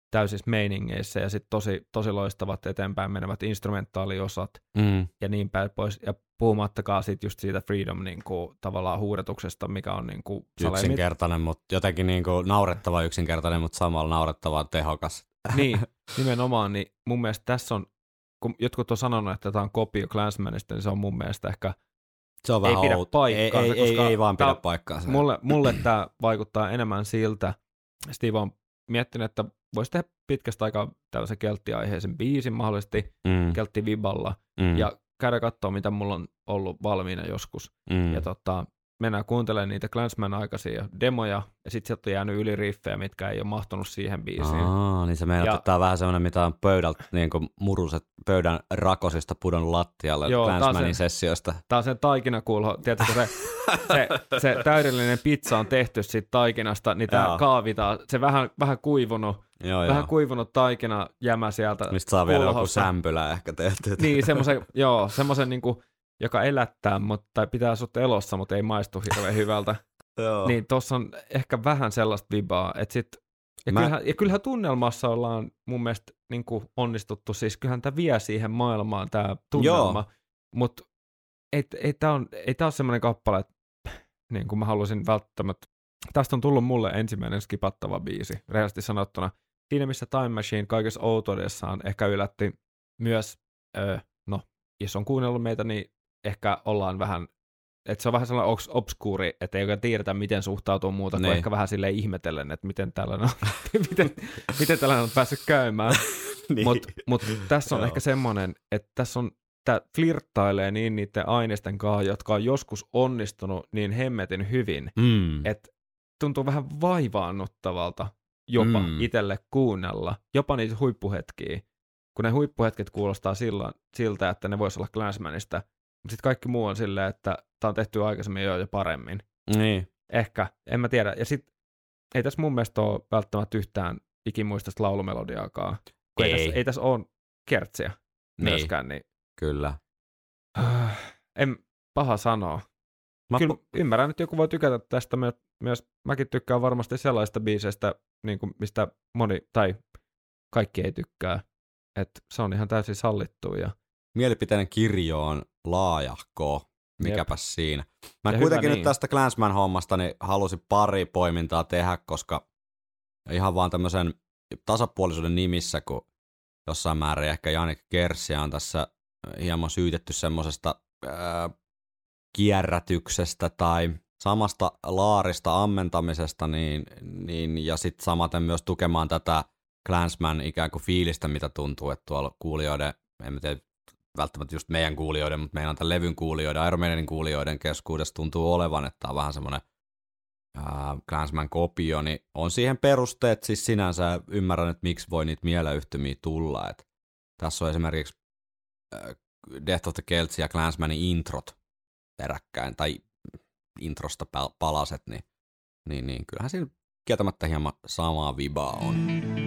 täysissä meiningeissä ja sitten tosi, tosi loistavat eteenpäin menevät instrumentaaliosat
Mm.
ja niin päin pois. Ja puhumattakaan sit just siitä Freedom niin kuin, tavallaan huudetuksesta, mikä on niin kuin salemit.
Yksinkertainen, mutta jotenkin niin kuin naurettava yksinkertainen, mutta samalla naurettava tehokas.
Niin, nimenomaan. Niin mun mielestä tässä on, kun jotkut on sanonut, että tämä on kopio Clansmanista, niin se on mun mielestä ehkä
Se on
ei
vähän
pidä
out.
paikkaansa.
Ei, ei,
koska
ei, ei vaan pidä
tää-
paikkaansa.
Mulle, mulle tämä vaikuttaa enemmän siltä. Steve on miettinyt, että voisi tehdä pitkästä aikaa tällaisen kelttiaiheisen biisin mahdollisesti
Mm.
kelttiviballa
Mm.
ja käydä katsoa, mitä mulla on ollut valmiina joskus.
mm.
Ja tota, mennään kuuntelemaan niitä Clansman aikaisia demoja ja sitten sieltä on jäänyt yli riffejä, mitkä ei ole mahtunut siihen biisiin.
Aa, niin se meinaat,
Ja-
että tää on vähän semmoinen, mitä on pöydältä, niin kuin muruset pöydän rakosista pudonnut lattialle
Joo, tää on
Clansmanin
se-
sessioista.
Tää on sen taikinakulho, tiedätkö, se, se, se täydellinen pizza on tehty siitä taikinasta, niin tää
Joo.
kaavitaan, se vähän, vähän kuivunut,
Joo,
vähän
joo.
kuivunut taikina jämä sieltä
Mistä saa vielä joku
kulhosta.
sämpylä ehkä tehty.
Niin, semmoisen, joo, semmoisen niinku, joka elättää, mutta, tai pitää sut elossa, mutta ei maistu hirveän hyvältä.
Joo.
Niin tossa on ehkä vähän sellaista vibaa, että sit, ja,
Mä-
kyllähän, ja kyllähän tunnelmassa ollaan mun mielestä niin kuin onnistuttu, siis kyllähän tämä vie siihen maailmaan tämä tunnelma, mutta ei, ei tämä on, ei tää ole semmoinen kappale, että niin kuin mä haluaisin välttämättä, tästä on tullut mulle ensimmäinen skipattava biisi, rehellisesti sanottuna. Siinä missä Time Machine kaikessa outoudessaan ehkä yllätti myös, öö, no jos on kuunnellut meitä, niin ehkä ollaan vähän, että se on vähän sellainen obs- obskuuri, että ei oikein tiedetä, miten suhtautuu muuta, kuin
Niin.
ehkä vähän silleen ihmetellen, että miten tällainen on, miten, miten tällainen on päässyt käymään.
niin.
Mutta mut tässä on
Joo.
ehkä semmoinen, että tässä on, tämä flirttailee niin niiden aineisten kanssa, jotka on joskus onnistunut niin hemmetin hyvin,
Mm.
että tuntuu vähän vaivaannuttavalta jopa
Mm.
itselle kuunnella, jopa niitä huippuhetkiä, kun ne huippuhetket kuulostaa silloin, siltä, että ne vois olla Clansmanista, mutta sitten kaikki muu on silleen, että tämä on tehty aikaisemmin jo jo paremmin.
Niin.
Ehkä, en mä tiedä. Ja sitten ei tässä mun mielestä ole välttämättä yhtään ikimuistaista laulumelodiaakaan, kun ei,
Ei.
tässä, ei tässä ole kertsiä
Niin.
myöskään, niin
Kyllä.
en paha sanoa.
Mä
Kyllä
ku-
ymmärrän, että joku voi tykätä tästä my- myös. Mäkin tykkään varmasti sellaista biiseistä, niin kuin mistä moni tai kaikki ei tykkää. Että se on ihan täysin sallittu. Ja
Mielipiteinen kirjo on laajahko. Mikäpäs siinä. Mä
Ja
kuitenkin
hyvä
nyt
niin.
tästä Clansman-hommasta niin halusin pari poimintaa tehdä, koska ihan vaan tämmöisen tasapuolisuuden nimissä, kun jossain määrin ehkä Jannik Kerssiä on tässä hieman syytetty semmoisesta ää, kierrätyksestä tai samasta laarista ammentamisesta, niin, niin, ja sitten samaten myös tukemaan tätä Clansman ikään kuin fiilistä, mitä tuntuu, että tuolla kuulijoiden, en mä tiedä, välttämättä just meidän kuulijoiden, mutta meidän tämän levyn kuulijoiden, Iron Maidenin kuulijoiden keskuudessa tuntuu olevan, että on vähän semmoinen ää, Clansman-kopio, niin on siihen perusteet, siis sinänsä ymmärrän, että miksi voi niitä mieleyhtymiä tulla, että tässä on esimerkiksi ää, Death of the Celts ja Clansmanin introt peräkkäin, tai introsta pal- palaset, niin, niin, niin kyllähän siinä kieltämättä hieman samaa vibaa on.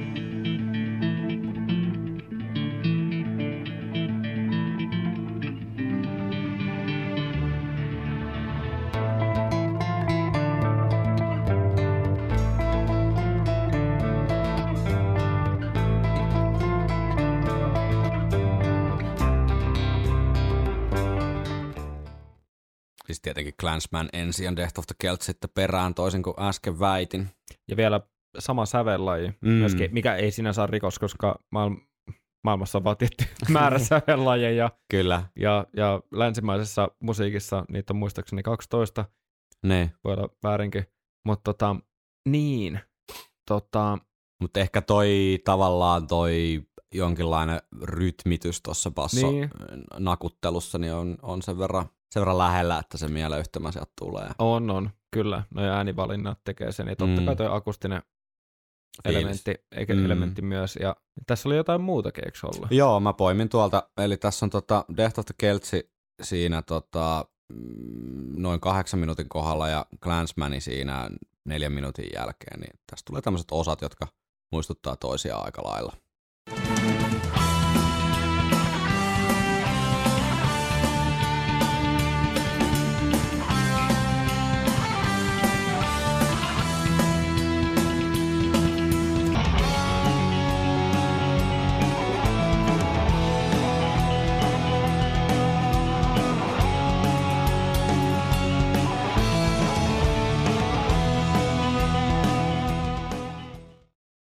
Siis tietenkin Clansman ensin ja Death of the Celts sitten perään, toisin kuin äsken väitin.
Ja vielä sama sävellaji,
Mm.
mm. myöskin, mikä ei sinänsä ole rikos, koska maailm- maailmassa on vaan tietty määrä sävellajeja,
Kyllä.
ja, ja länsimaisessa musiikissa niitä on muistaakseni kaksitoista,
Ne.
voi olla väärinkin, mutta tota, niin, tota,
Mutta ehkä toi tavallaan toi jonkinlainen rytmitys tuossa basso
Niin.
nakuttelussa niin on, on sen, verran, sen verran lähellä, että se mieleyhtymä sieltä tulee.
on, on, kyllä, no ja äänivalinnat tekee sen, ja totta
Mm.
kai toi akustinen
Fiilis.
elementti, eikä
Mm.
elementti myös, ja tässä oli jotain muutakin, eikö ollut?
Joo, mä poimin tuolta, eli tässä on tota Death of the Celtsi siinä tota, mm, noin kahdeksan minuutin kohdalla ja Clansmani siinä neljän minuutin jälkeen, niin tässä tulee tämmöiset osat, jotka muistuttaa toisiaan aika lailla.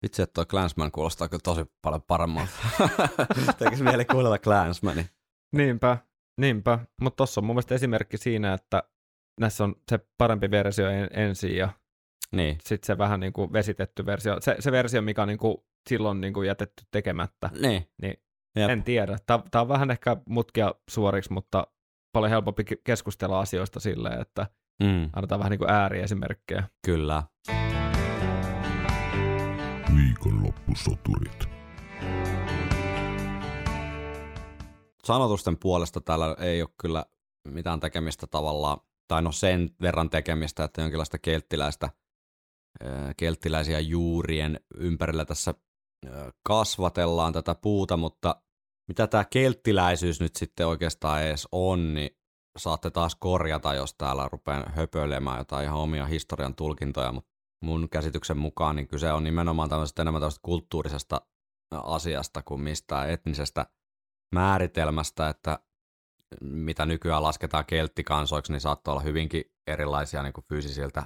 Vitsi, että toi Clansman kuulostaa kyllä tosi paljon paremmalta. Tekisi mieli kuunnella Clansmani.
Niinpä, niinpä. Mutta tossa on mun mielestä esimerkki siinä, että näissä on se parempi versio en, ensin ja
niin.
sitten se vähän niin kuin vesitetty versio. Se, se versio, mikä on niin kuin silloin niin kuin jätetty tekemättä.
Niin.
niin
Jep.
en tiedä. Tämä on vähän ehkä mutkia suoriksi, mutta paljon helpompi keskustella asioista silleen, että
mm.
annetaan vähän niin kuin ääriesimerkkejä.
Kyllä.
Viikonloppusoturit.
Sanotusten puolesta täällä ei ole kyllä mitään tekemistä tavallaan, tai no sen verran tekemistä, että jonkinlaista kelttiläistä, kelttiläisiä juurien ympärillä tässä kasvatellaan tätä puuta, mutta mitä tämä kelttiläisyys nyt sitten oikeastaan edes on, niin saatte taas korjata, jos täällä rupean höpöilemään jotain ihan omia historian tulkintoja, mutta mun käsityksen mukaan niin kyse on nimenomaan tämmöisestä enemmän tämmöisestä kulttuurisesta asiasta kuin mistään etnisestä määritelmästä, että mitä nykyään lasketaan kelttikansoiksi, niin saattaa olla hyvinkin erilaisia niin kuin fyysisiltä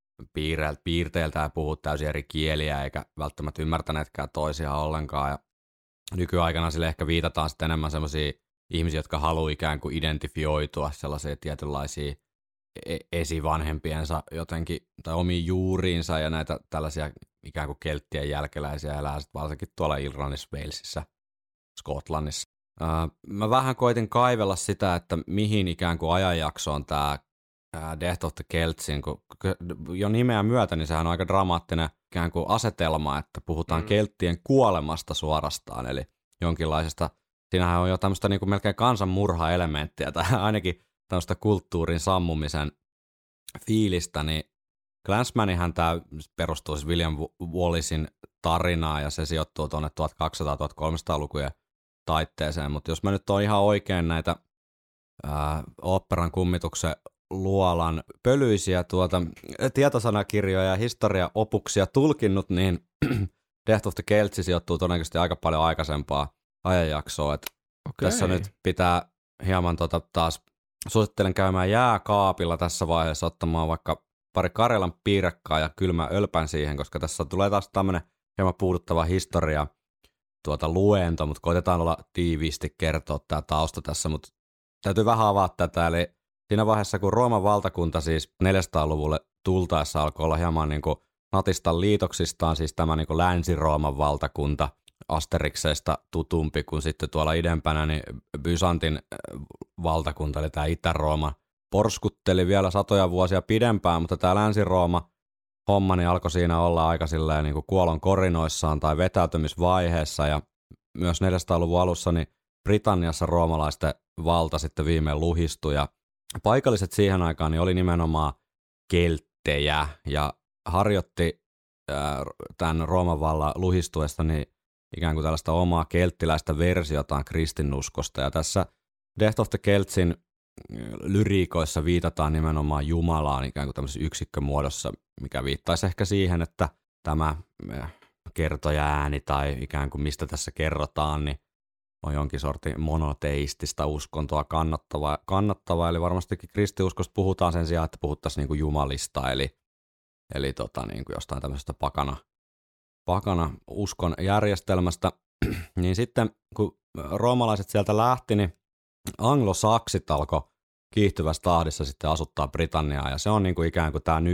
piirteiltä ja puhua täysin eri kieliä, eikä välttämättä ymmärtäneetkään toisiaan ollenkaan. Ja nykyaikana sille ehkä viitataan sitten enemmän sellaisia ihmisiä, jotka haluaa ikään kuin identifioitua sellaisia tietynlaisia esivanhempiensa jotenkin, tai omiin juuriinsa, ja näitä tällaisia ikään kuin kelttien jälkeläisiä elää sitten varsinkin tuolla Irlannissa, Walesissa, Skotlannissa. Mä vähän koitin kaivella sitä, että mihin ikään kuin ajanjaksoon tämä Death of the Keltsin, kun jo nimeä myötä, niin sehän on aika dramaattinen ikään kuin asetelma, että puhutaan mm. kelttien kuolemasta suorastaan, eli jonkinlaisesta, siinähän on jo tämmöistä niin kuin melkein kansanmurha-elementtiä, tai ainakin tämmöistä kulttuurin sammumisen fiilistä, niin Clansmanihän tämä perustuu siis William Wallacein tarinaan, ja se sijoittuu tuonne tuhatkaksisataa-tuhatkolmesataalukujen taitteeseen, mutta jos mä nyt oon ihan oikein näitä ää, oopperan kummituksen luolan pölyisiä tuota, tietosanakirjoja ja historiaopuksia tulkinnut, niin Death of the Keltsi sijoittuu todennäköisesti aika paljon aikaisempaa ajanjaksoa. Et
okay.
Tässä nyt pitää hieman tota, taas, suosittelen käymään jääkaapilla tässä vaiheessa ottamaan vaikka pari Karjalan piirakkaa ja kylmä ölpän siihen, koska tässä tulee taas tämmöinen hieman puuduttava historia tuota luento, mutta koitetaan olla tiiviisti kertoa tämä tausta tässä, mutta täytyy vähän avata tätä, eli siinä vaiheessa, kun Rooman valtakunta siis neljäsataaluvulle tultaessa alkoi olla hieman niin kuin Natistan liitoksistaan, siis tämä niin kuin Länsi-Rooman valtakunta Asterikseista tutumpi kuin sitten tuolla idempänä, niin Byzantin valtakunta, eli tämä Itä-Rooma, porskutteli vielä satoja vuosia pidempään, mutta tämä Länsi-Rooma homma niin alkoi siinä olla aika silleen niin kuin kuolon korinoissaan tai vetäytymisvaiheessa, ja myös neljäsataaluvun alussa niin Britanniassa roomalaisten valta sitten viimein luhistui, ja paikalliset siihen aikaan niin oli nimenomaan kelttejä, ja harjoitti ää, tämän Rooman vallan luhistuesta niin ikään kuin tällaista omaa kelttiläistä versiotaan kristinuskosta, ja tässä Death of the Keltsin lyriikoissa viitataan nimenomaan Jumalaan ikään kuin tämmöisessä yksikkömuodossa, mikä viittaisi ehkä siihen, että tämä kertoja ääni tai ikään kuin mistä tässä kerrotaan, niin on jonkin sortin monoteistista uskontoa kannattava, kannattava, eli varmastikin kristiuskosta puhutaan sen sijaan, että puhuttaisiin niin kuin jumalista, eli, eli tota, niin kuin jostain tämmöisestä pakana, pakana uskon järjestelmästä, niin sitten kun roomalaiset sieltä lähti, niin anglosaksit alkoi kiihtyvässä tahdissa sitten asuttaa Britanniaa, ja se on niin kuin ikään kuin tämä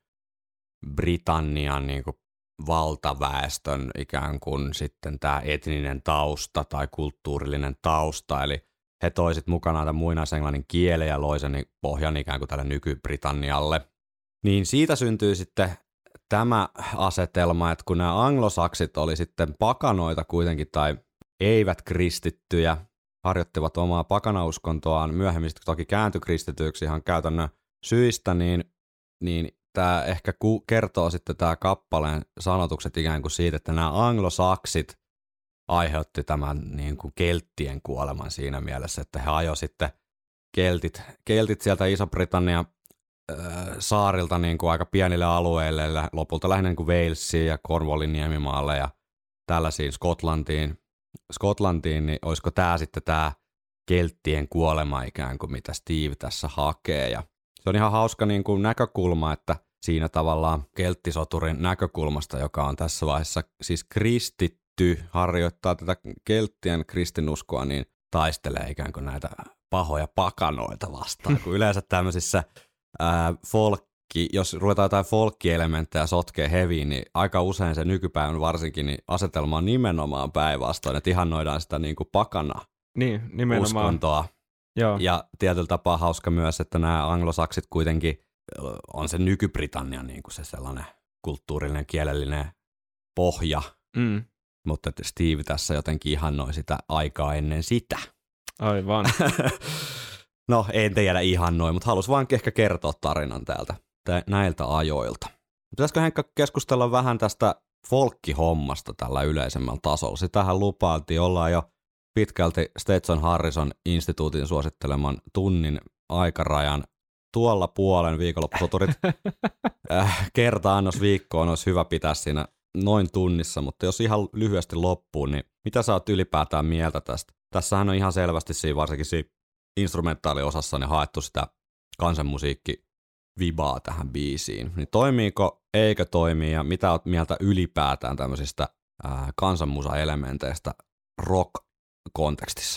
nyky-Britannian niin kuin valtaväestön ikään kuin sitten tämä etninen tausta tai kulttuurillinen tausta, eli he toisit mukanaan tämän muinaisenglannin kielen ja loi sen pohjan ikään kuin tälle nyky-Britannialle. Niin siitä syntyy sitten tämä asetelma, että kun nämä anglosaksit oli sitten pakanoita kuitenkin tai eivät kristittyjä, harjoittivat omaa pakanauskontoaan, myöhemmin toki kääntyi kristityiksi ihan käytännön syistä, niin, niin tämä ehkä kertoo sitten tämä kappaleen sanotukset ikään kuin siitä, että nämä anglosaksit aiheutti tämän niin kuin kelttien kuoleman siinä mielessä, että he ajoi sitten keltit, keltit sieltä Iso-Britannian äh, saarilta niin kuin aika pienille alueille, lopulta lähinnä niin kuin Walesiin ja Cornwallin niemimaalle ja tällaisiin Skotlantiin, Skotlantiin, niin olisiko tämä sitten tämä kelttien kuolema ikään kuin, mitä Steve tässä hakee. Ja se on ihan hauska niin kuin näkökulma, että siinä tavallaan kelttisoturin näkökulmasta, joka on tässä vaiheessa siis kristitty, harjoittaa tätä kelttien kristinuskoa, niin taistelee ikään kuin näitä pahoja pakanoita vastaan, kun yleensä tämmöisissä ää, folkki, jos ruvetaan jotain folkkielementtejä sotkee heviin, niin aika usein se nykypäivän varsinkin niin asetelma on nimenomaan päinvastoin, että ihannoidaan sitä niin kuin pakana
Niin, nimenomaan.
uskontoa.
Joo.
Ja tietyllä tapaa hauska myös, että nämä anglosaksit kuitenkin on se Nyky-Britannian niin kuin se sellainen kulttuurillinen, kielellinen pohja,
Mm.
mutta että Steve tässä jotenkin ihannoi sitä aikaa ennen sitä.
Aivan.
No, en tiedä ihannoi, mutta halus vaan ehkä kertoa tarinan täältä, näiltä ajoilta. Pitäisikö Henkka keskustella vähän tästä folkkihommasta tällä yleisemmällä tasolla? Sitähän lupailtiin, ollaan jo pitkälti Stetson Harrison instituutin suositteleman tunnin aikarajan tuolla puolen viikonloppusoturit. äh, kerta-annos viikkoon olisi hyvä pitää siinä noin tunnissa, mutta jos ihan lyhyesti loppuun, niin mitä sä oot ylipäätään mieltä tästä? Tässähän on ihan selvästi siinä, varsinkin siinä instrumentaaliosassa, niin haettu sitä kansanmusiikki-vibaa tähän biisiin. Niin toimiiko, eikö toimi, ja mitä oot mieltä ylipäätään tämmöisistä äh, kansanmusa-elementeistä rock-kontekstissa?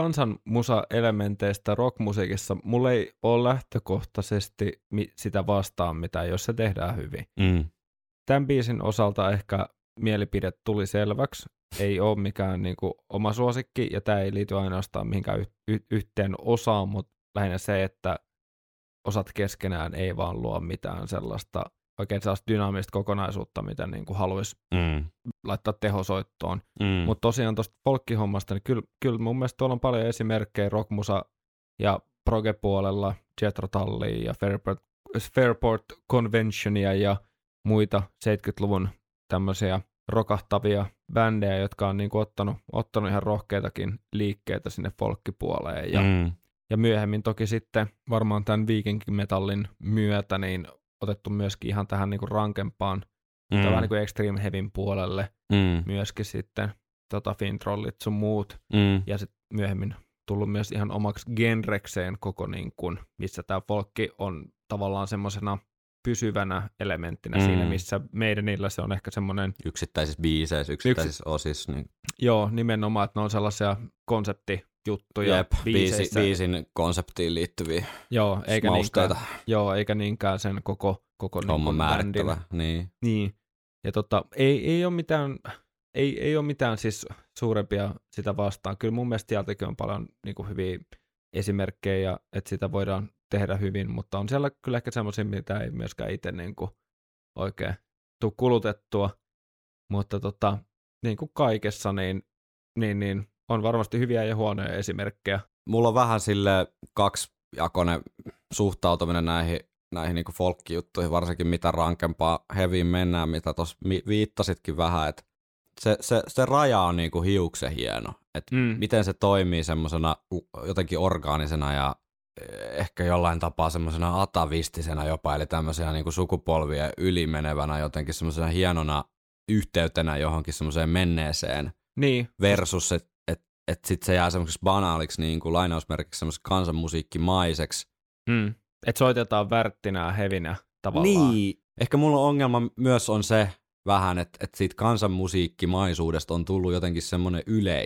Kansanmusa-elementeistä rockmusiikissa mulla ei ole lähtökohtaisesti sitä vastaan mitään, jos se tehdään hyvin.
Mm.
Tämän biisin osalta ehkä mielipide tuli selväksi. Ei ole mikään niin kuin oma suosikki, ja tämä ei liity ainoastaan mihinkään y- y- yhteen osaan, mutta lähinnä se, että osat keskenään ei vaan luo mitään sellaista oikein sellaista dynaamista kokonaisuutta, mitä niin kuin haluaisi
Mm.
laittaa tehosoittoon.
Mm.
Mutta tosiaan tuosta folkkihommasta, niin kyllä, kyllä mun mielestä tuolla on paljon esimerkkejä rockmusa ja proge-puolella, Jethro Tullia ja Fairport, Fairport Conventionia ja muita seitsemänkymmentäluvun tämmöisiä rokahtavia bändejä, jotka on niinku ottanut, ottanut ihan rohkeitakin liikkeitä sinne folkkipuoleen. Ja,
Mm.
ja myöhemmin toki sitten varmaan tämän viikinkimetallin myötä niin otettu myöskin ihan tähän niinku rankempaan,
Mm.
tai vähän niin kuin extreme heavyn puolelle
Mm.
myöskin sitten tota Fintrollit sun muut.
Mm.
Ja sitten myöhemmin tullut myös ihan omaksi genrekseen koko niin kuin, missä tämä folkki on tavallaan semmoisena pysyvänä elementtinä
Mm.
siinä, missä meidänillä se on ehkä semmoinen,
Yksittäisissä biiseissä, yksittäisissä osissa. Niin...
joo, nimenomaan, että ne on sellaisia konseptijuttuja
Jep, biisi, biisin konseptiin liittyviä
joo, eikä niinkään,
mausteita.
joo, eikä niinkään sen koko, koko
Homma
niin
määrittävä. Niin.
Niin, ja tota, ei, ei ole mitään, ei, ei ole mitään siis suurempia sitä vastaan. Kyllä mun mielestä sieltäkin on paljon niin kuin hyviä esimerkkejä, että sitä voidaan tehdä hyvin, mutta on siellä kyllä ehkä semmoisia, mitä ei myöskään itse niin kuin oikein tule kulutettua. Mutta tota, niin kuin kaikessa, niin, niin, niin on varmasti hyviä ja huonoja esimerkkejä.
Mulla on vähän sille kaksijakoinen suhtautuminen näihin, näihin niin kuin folkkijuttuihin, varsinkin mitä rankempaa heviin mennään, mitä tuossa viittasitkin vähän, että se, se, se raja on niin kuin hiuksen hieno, että
Mm.
miten se toimii semmoisena jotenkin orgaanisena ja ehkä jollain tapaa semmoisena atavistisena jopa, eli tämmöisenä niin kuin sukupolvien ylimenevänä jotenkin semmoisena hienona yhteytenä johonkin semmoiseen menneeseen,
Niin,
versus, että et, et sitten se jää semmoiseksi banaaliksi niin kuin lainausmerkiksi semmoiseksi kansanmusiikkimaiseksi.
mm. että soitetaan värttinää hevinä tavallaan.
Niin. Ehkä mulla ongelma myös on se vähän, että, että siitä kansanmusiikkimaisuudesta on tullut jotenkin semmoinen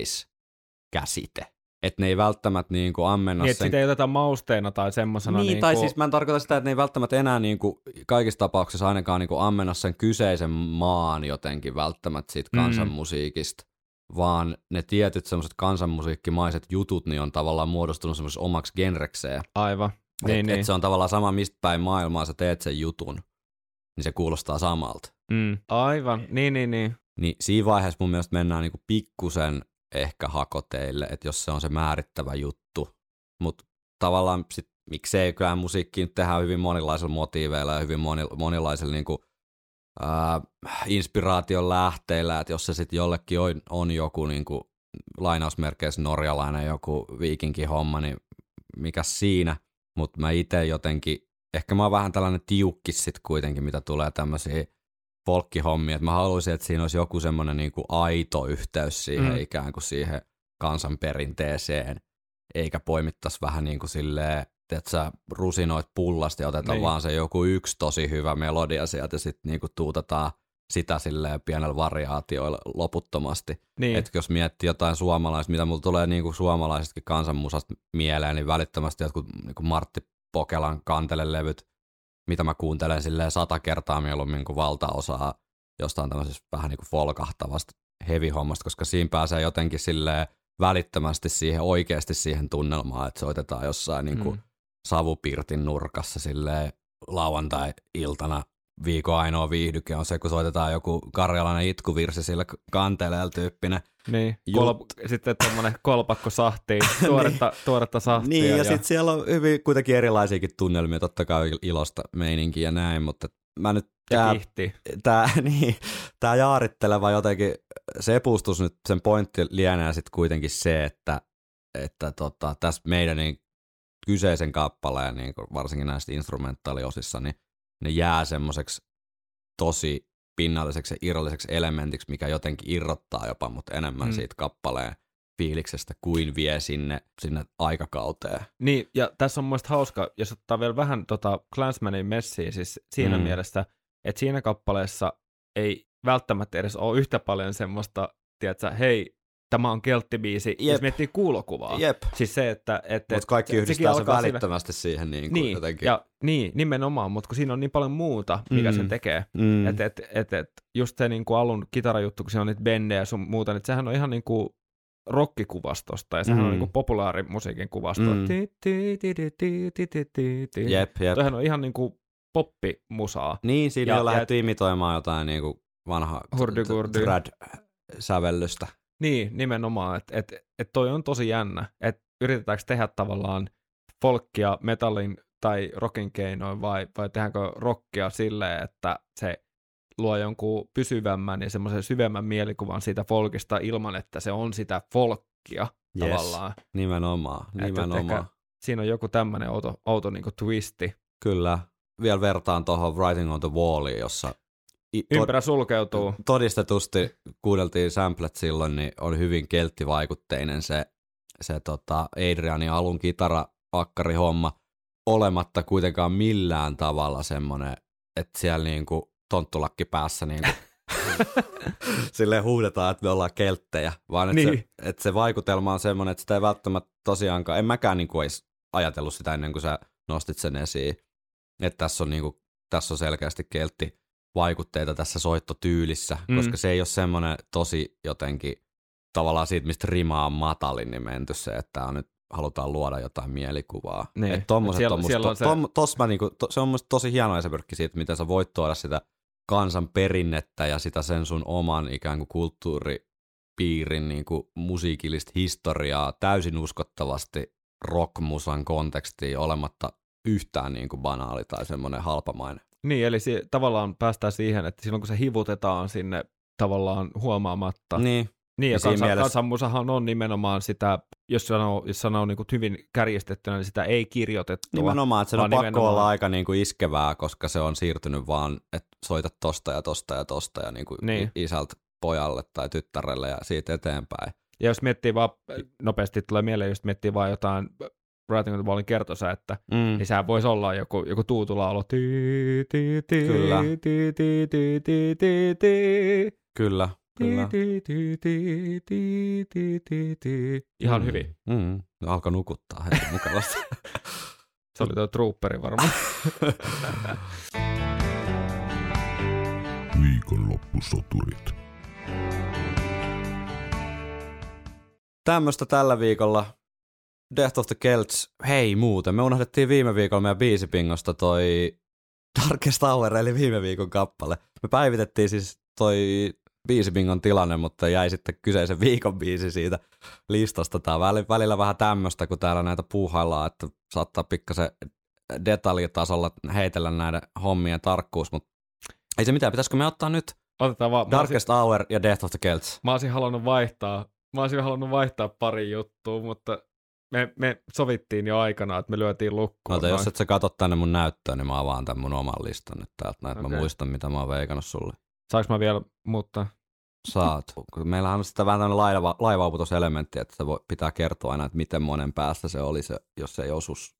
yleiskäsite. Että ne ei välttämättä niin kuin ammenna
Niin, että
sen...
sitä ei oteta mausteena tai semmoisena.
Niin,
niin
tai
kuin...
siis mä en tarkoita sitä, että ne ei välttämättä enää niin kuin, kaikissa tapauksissa ainakaan niin kuin ammenna sen kyseisen maan jotenkin välttämättä siitä kansanmusiikista, mm. vaan ne tietyt semmoiset kansanmusiikkimaiset jutut niin on tavallaan muodostunut semmoisessa omaksi genrekseen.
Aivan.
Niin,
Niin,
et,
niin.
et se on tavallaan sama, mistä päin maailmaa sä teet sen jutun, niin se kuulostaa samalta.
Mm. Aivan, niin, niin, niin.
Niin siinä vaiheessa mun mielestä mennään niinku pikkusen ehkä hakoteille, että jos se on se määrittävä juttu. Mutta tavallaan sit, miksei kyllähän musiikkiin tehdään hyvin monilaisilla motiiveilla ja hyvin moni, monilaisilla niinku, ää, inspiraation lähteillä, että jos se sitten jollekin on, on joku niinku, lainausmerkeissä norjalainen joku viikinkihomma, niin mikä siinä, mutta mä itse jotenkin, ehkä mä oon vähän tällainen tiukkis sit kuitenkin, mitä tulee tämmöisiä folkkihommia, että mä haluaisin, että siinä olisi joku semmoinen niinku aito yhteys siihen
Mm.
ikään kuin siihen kansanperinteeseen, eikä poimittaisi vähän niin kuin silleen että sä rusinoit pullasta ja otetaan
Niin.
vaan se joku yksi tosi hyvä melodia sieltä ja sitten niinku tuutetaan sitä silleen pienellä variaatioilla loputtomasti.
Niin.
Että jos miettii jotain suomalaista, mitä mulla tulee niinku suomalaisestakin kansanmusasta mieleen, niin välittömästi jotkut niinku Martti Pokelan kantelelevyt, mitä mä kuuntelen silleen sata kertaa mieluummin kuin valtaosaa jostain tämmöisestä vähän niinku folkahtavasta heavy-hommasta, koska siinä pääsee jotenkin silleen välittömästi siihen oikeasti siihen tunnelmaan, että soitetaan jossain niinku
Mm.
savupirtin nurkassa silleen lauantai-iltana. Viikon ainoa viihdyke on se, kun soitetaan joku karjalainen itkuvirsi sillä kanteleella tyyppinen.
Niin,
Jut-
Kol- sitten tommonen kolpakko sahtiin, tuoretta, tuoretta sahtia.
Niin, ja,
ja
sitten siellä on hyvin kuitenkin erilaisiakin tunnelmia, totta kai ilosta meininkiä ja näin, mutta mä nyt
ja
tää,
kihti.
tää, niin, tää jaaritteleva jotenkin sepustus nyt, sen pointti lienee sitten kuitenkin se, että, että tota, tässä meidän niin kyseisen kappaleen, niin varsinkin näissä instrumentaaliosissa, niin ne jää semmoiseksi tosi pinnalliseksi ja irralliseksi elementiksi, mikä jotenkin irrottaa jopa mut enemmän
Mm.
siitä kappaleen fiiliksestä kuin vie sinne, sinne aikakauteen.
Niin, ja tässä on mun mielestä hauska, jos ottaa vielä vähän tota Clansmanin messiä, siis siinä
Mm.
mm. mielessä, että siinä kappaleessa ei välttämättä edes ole yhtä paljon semmoista, tiedätkö, hei, tämä on kelttibiisi,
Jep.
jos miettii kuulokuvaa.
Jep.
Siis se, että... että
Mutta kaikki
sekin
yhdistää sen
alkaa
välittömästi siihen niin kuin
Niin,
jotenkin.
ja, niin, nimenomaan, mutta kun siinä on niin paljon muuta, mikä
Mm.
sen tekee.
Mm.
Että et, et, et, just se niin kuin alun kitarajuttu, kun siinä on niitä bendejä ja sun muuta, niin sehän on ihan niin kuin rockikuvastosta, ja sehän
Mm.
on niin kuin populaarimusiikin kuvasto.
Mm.
Ti, ti, ti, ti, ti, ti, ti, ti, ti.
Jep, jep.
Toihan on ihan niin kuin poppimusaa.
Niin, siinä
Ja-
on
ja-
lähdetty imitoimaan jotain niin kuin vanhaa
Hurdy-gurdy.
trad-sävellystä.
Niin, nimenomaan, että et, et toi on tosi jännä, että yritetäänkö tehdä tavallaan folkkia metallin tai rockin keinoin, vai, vai tehdäänkö rockia silleen, että se luo jonkun pysyvämmän ja semmoisen syvemmän mielikuvan siitä folkista ilman, että se on sitä folkkia
Yes.
tavallaan.
Nimenomaan,
Että
nimenomaan.
ehkä siinä on joku tämmöinen outo, outo niinku twisti.
Kyllä. Vielä vertaan tuohon Writing on the Walliin, jossa i- to-
Ympärä sulkeutuu.
todistetusti kuunneltiin samplet silloin, niin on hyvin kelttivaikutteinen se, se tota Adrianin alun kitara-akkari-homma, olematta kuitenkaan millään tavalla semmoinen, että siellä niinku tonttulakki päässä niinku silleen huudetaan, että me ollaan kelttejä, vaan että,
Niin.
se, että se vaikutelma on semmoinen, että sitä ei välttämättä tosiaankaan, en mäkään niinku edes ajatellut sitä ennen kuin sä nostit sen esiin, että tässä on, niinku, tässä on selkeästi keltti vaikutteita tässä soittotyylissä,
Mm.
koska se ei ole semmoinen tosi jotenkin tavallaan siitä, mistä rima on matalin, niin menty se, että on nyt halutaan luoda jotain mielikuvaa.
Niin.
Että tommoset
Siellä-
on musta,
siellä on
to,
se-
tom, tossa mä niinku, to, se on musta tosi hieno esimerkki siitä, miten sä voit tuoda sitä kansan perinnettä ja sitä sen sun oman ikään kuin kulttuuripiirin niinku musiikillista historiaa täysin uskottavasti rockmusan kontekstiin olematta yhtään niinku banaali tai semmoinen halpamainen.
Niin, eli si- tavallaan päästään siihen, että silloin kun se hivutetaan sinne tavallaan huomaamatta,
Niin,
niin, ja
Ja siinä
kansan,
mielessä-
kansanmusahan on nimenomaan sitä, jos sanoo, jos sanoo niin kuin hyvin kärjistettynä, niin sitä ei kirjoitettua.
nimenomaan, että se on
vaan
pakko
nimenomaan-
olla aika niinku iskevää, koska se on siirtynyt vaan, että soita tosta ja tosta ja tosta ja niinku
Niin.
isältä pojalle tai tyttärelle ja siitä eteenpäin.
Ja jos miettii vaan, nopeasti tulee mieleen, jos miettii vaan jotain Writing on the Wallin kertosäettä,
Mm.
niin sehän voisi olla joku, joku tuutulaulu. Ti, ti, ti,
Kyllä.
ti, ti, ti, ti, ti, ti.
Kyllä, kyllä.
Ti, ti, ti, ti, ti, ti, ti. Ihan
Mm.
hyvin.
Mm. Alkoi nukuttaa heti mukavasti.
Se oli tuo trooperi varmaan.
Viikonloppusoturit.
Tämmöistä tällä viikolla. Death of the Celts. Hei muuten, me unohdettiin viime viikolla meidän biisipingosta toi Darkest Hour, eli viime viikon kappale. Me päivitettiin siis toi biisipingon tilanne, mutta jäi sitten kyseisen viikon biisi siitä listasta. Tää on välillä vähän tämmöistä, kun täällä näitä puuhaillaan, että saattaa pikkasen detaljitasolla heitellä näiden hommien tarkkuus, mutta ei se mitään. Pitäisikö me ottaa nyt
Otetaan vaan. Mä olisin,
Darkest Hour ja Death of the Celts?
mä olisin halunnut vaihtaa. Mä olisin halunnut vaihtaa pari juttua, mutta me, me sovittiin jo aikana, että me lyötiin lukkoon.
Ota, jos
noin.
et sä katot tänne mun näyttöön, niin mä avaan tän mun oman listan nyt täältä, näin, että
Okei.
mä muistan, mitä mä oon veikannut sulle.
Saanko mä vielä muuttaa?
Saat. Kun meillähän on sitten vähän tämmöinen laiva, laivauputuselementti, että se voi, pitää kertoa aina, että miten monen päästä se oli se, jos se ei osu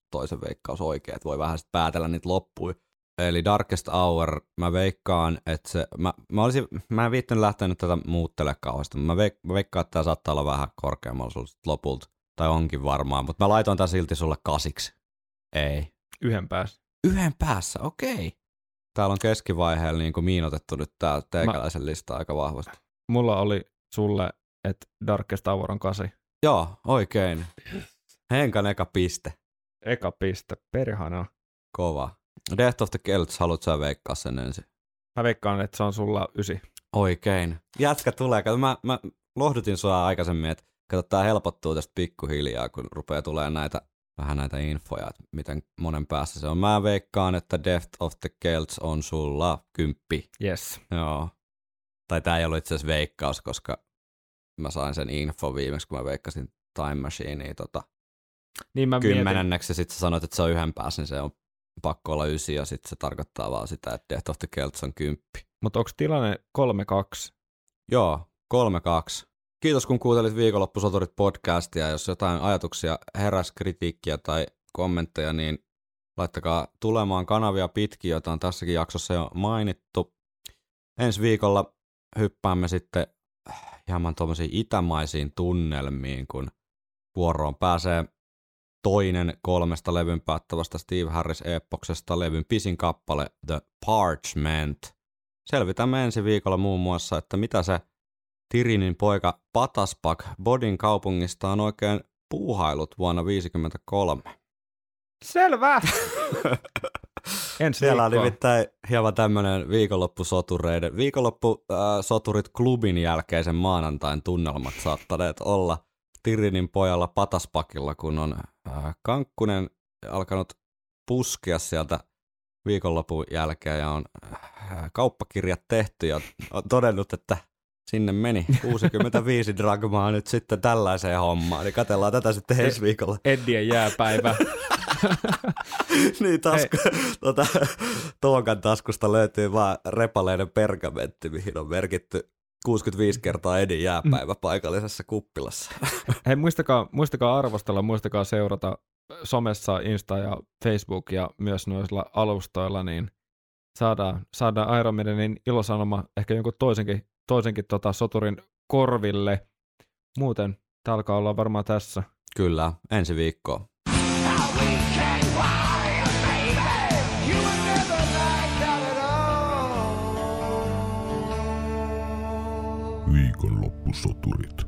toisen veikkaus oikein, että voi vähän sit päätellä niitä loppuja. Eli Darkest Hour, mä veikkaan, että se, mä, mä, olisin, mä en viittynyt lähteä nyt tätä muuttele kauheasti, mä, veik, mä veikkaan, että tää saattaa olla vähän korkeammalla sulla lopulta, tai onkin varmaan, mutta mä laitoin tän silti sulle kasiksi. Ei.
Yhden päässä.
Yhden päässä, okei. Täällä on keskivaiheella niin kuin miinotettu nyt tää teikäläisen mä... lista aika vahvasti.
Mulla oli sulle, että Darkest Hour on kasi.
Joo, oikein. Henkan eka piste.
Eka piste, perhana.
Kova. Death of the Celts, haluatko sä veikkaa sen ensin?
Mä veikkaan, että se on sulla ysi.
Oikein. Jätkä tulee. Kato, mä, mä lohdutin sua aikaisemmin, että kato, tää helpottuu tästä pikkuhiljaa, kun rupeaa tulemaan näitä, vähän näitä infoja, että miten monen päässä se on. Mä veikkaan, että Death of the Celts on sulla kymppi.
Yes.
Joo. Tai tää ei ollut itse asiassa veikkaus, koska mä sain sen info viimeksi, kun mä veikkasin Time Machinea tota,
niin mä
kymmenenneksi, ja sit sä sanoit, että se on yhden päässä, niin se on pakko olla ysi, ja sitten se tarkoittaa vaan sitä, että Death of the Celts on kymppi.
Mutta onko tilanne kolme kaksi?
Joo, kolme kaksi. Kiitos, kun kuuntelit Viikonloppusoturit podcastia. Jos jotain ajatuksia, heräs, kritiikkiä tai kommentteja, niin laittakaa tulemaan kanavia pitkin, joita on tässäkin jaksossa jo mainittu. Ensi viikolla hyppäämme sitten hieman tuommoisiin itämaisiin tunnelmiin, kun vuoroon pääsee toinen kolmesta levyn päättävästä Steve Harris-epoksesta levyn pisin kappale The Parchment. Selvitämme ensi viikolla muun muassa, että mitä se Tirinin poika Pataspak Bodin kaupungista on oikein puuhailut vuonna viisikymmentäkolme.
Selvä! Ensi
Siellä on nimittäin hieman tämmöinen viikonloppusotureiden, viikonloppusoturit klubin jälkeisen maanantain tunnelmat saattaneet olla Tirinin pojalla Pataspakilla, kun on äh, Kankkunen alkanut puskea sieltä viikonlopun jälkeen ja on äh, kauppakirjat tehty ja on todennut, että sinne meni kuusikymmentäviisi dragmaa nyt sitten tällaiseen hommaan, niin katsellaan tätä sitten ensi viikolla.
Eddien jääpäivä.
Niin, tasku, tuota, Tookan taskusta löytyy vaan repaleinen pergamentti, mihin on merkitty kuusikymmentäviisi kertaa Edin jääpäivä paikallisessa kuppilassa.
Hei, muistakaa, muistakaa arvostella, muistakaa seurata somessa, Insta ja Facebook ja myös noilla alustoilla, niin saadaan, saadaan Iron Maidenin ilosanoma ehkä jonkun toisenkin, toisenkin tota soturin korville. Muuten tää alkaa olla varmaan tässä.
Kyllä, ensi viikkoon.
Viikonloppusoturit.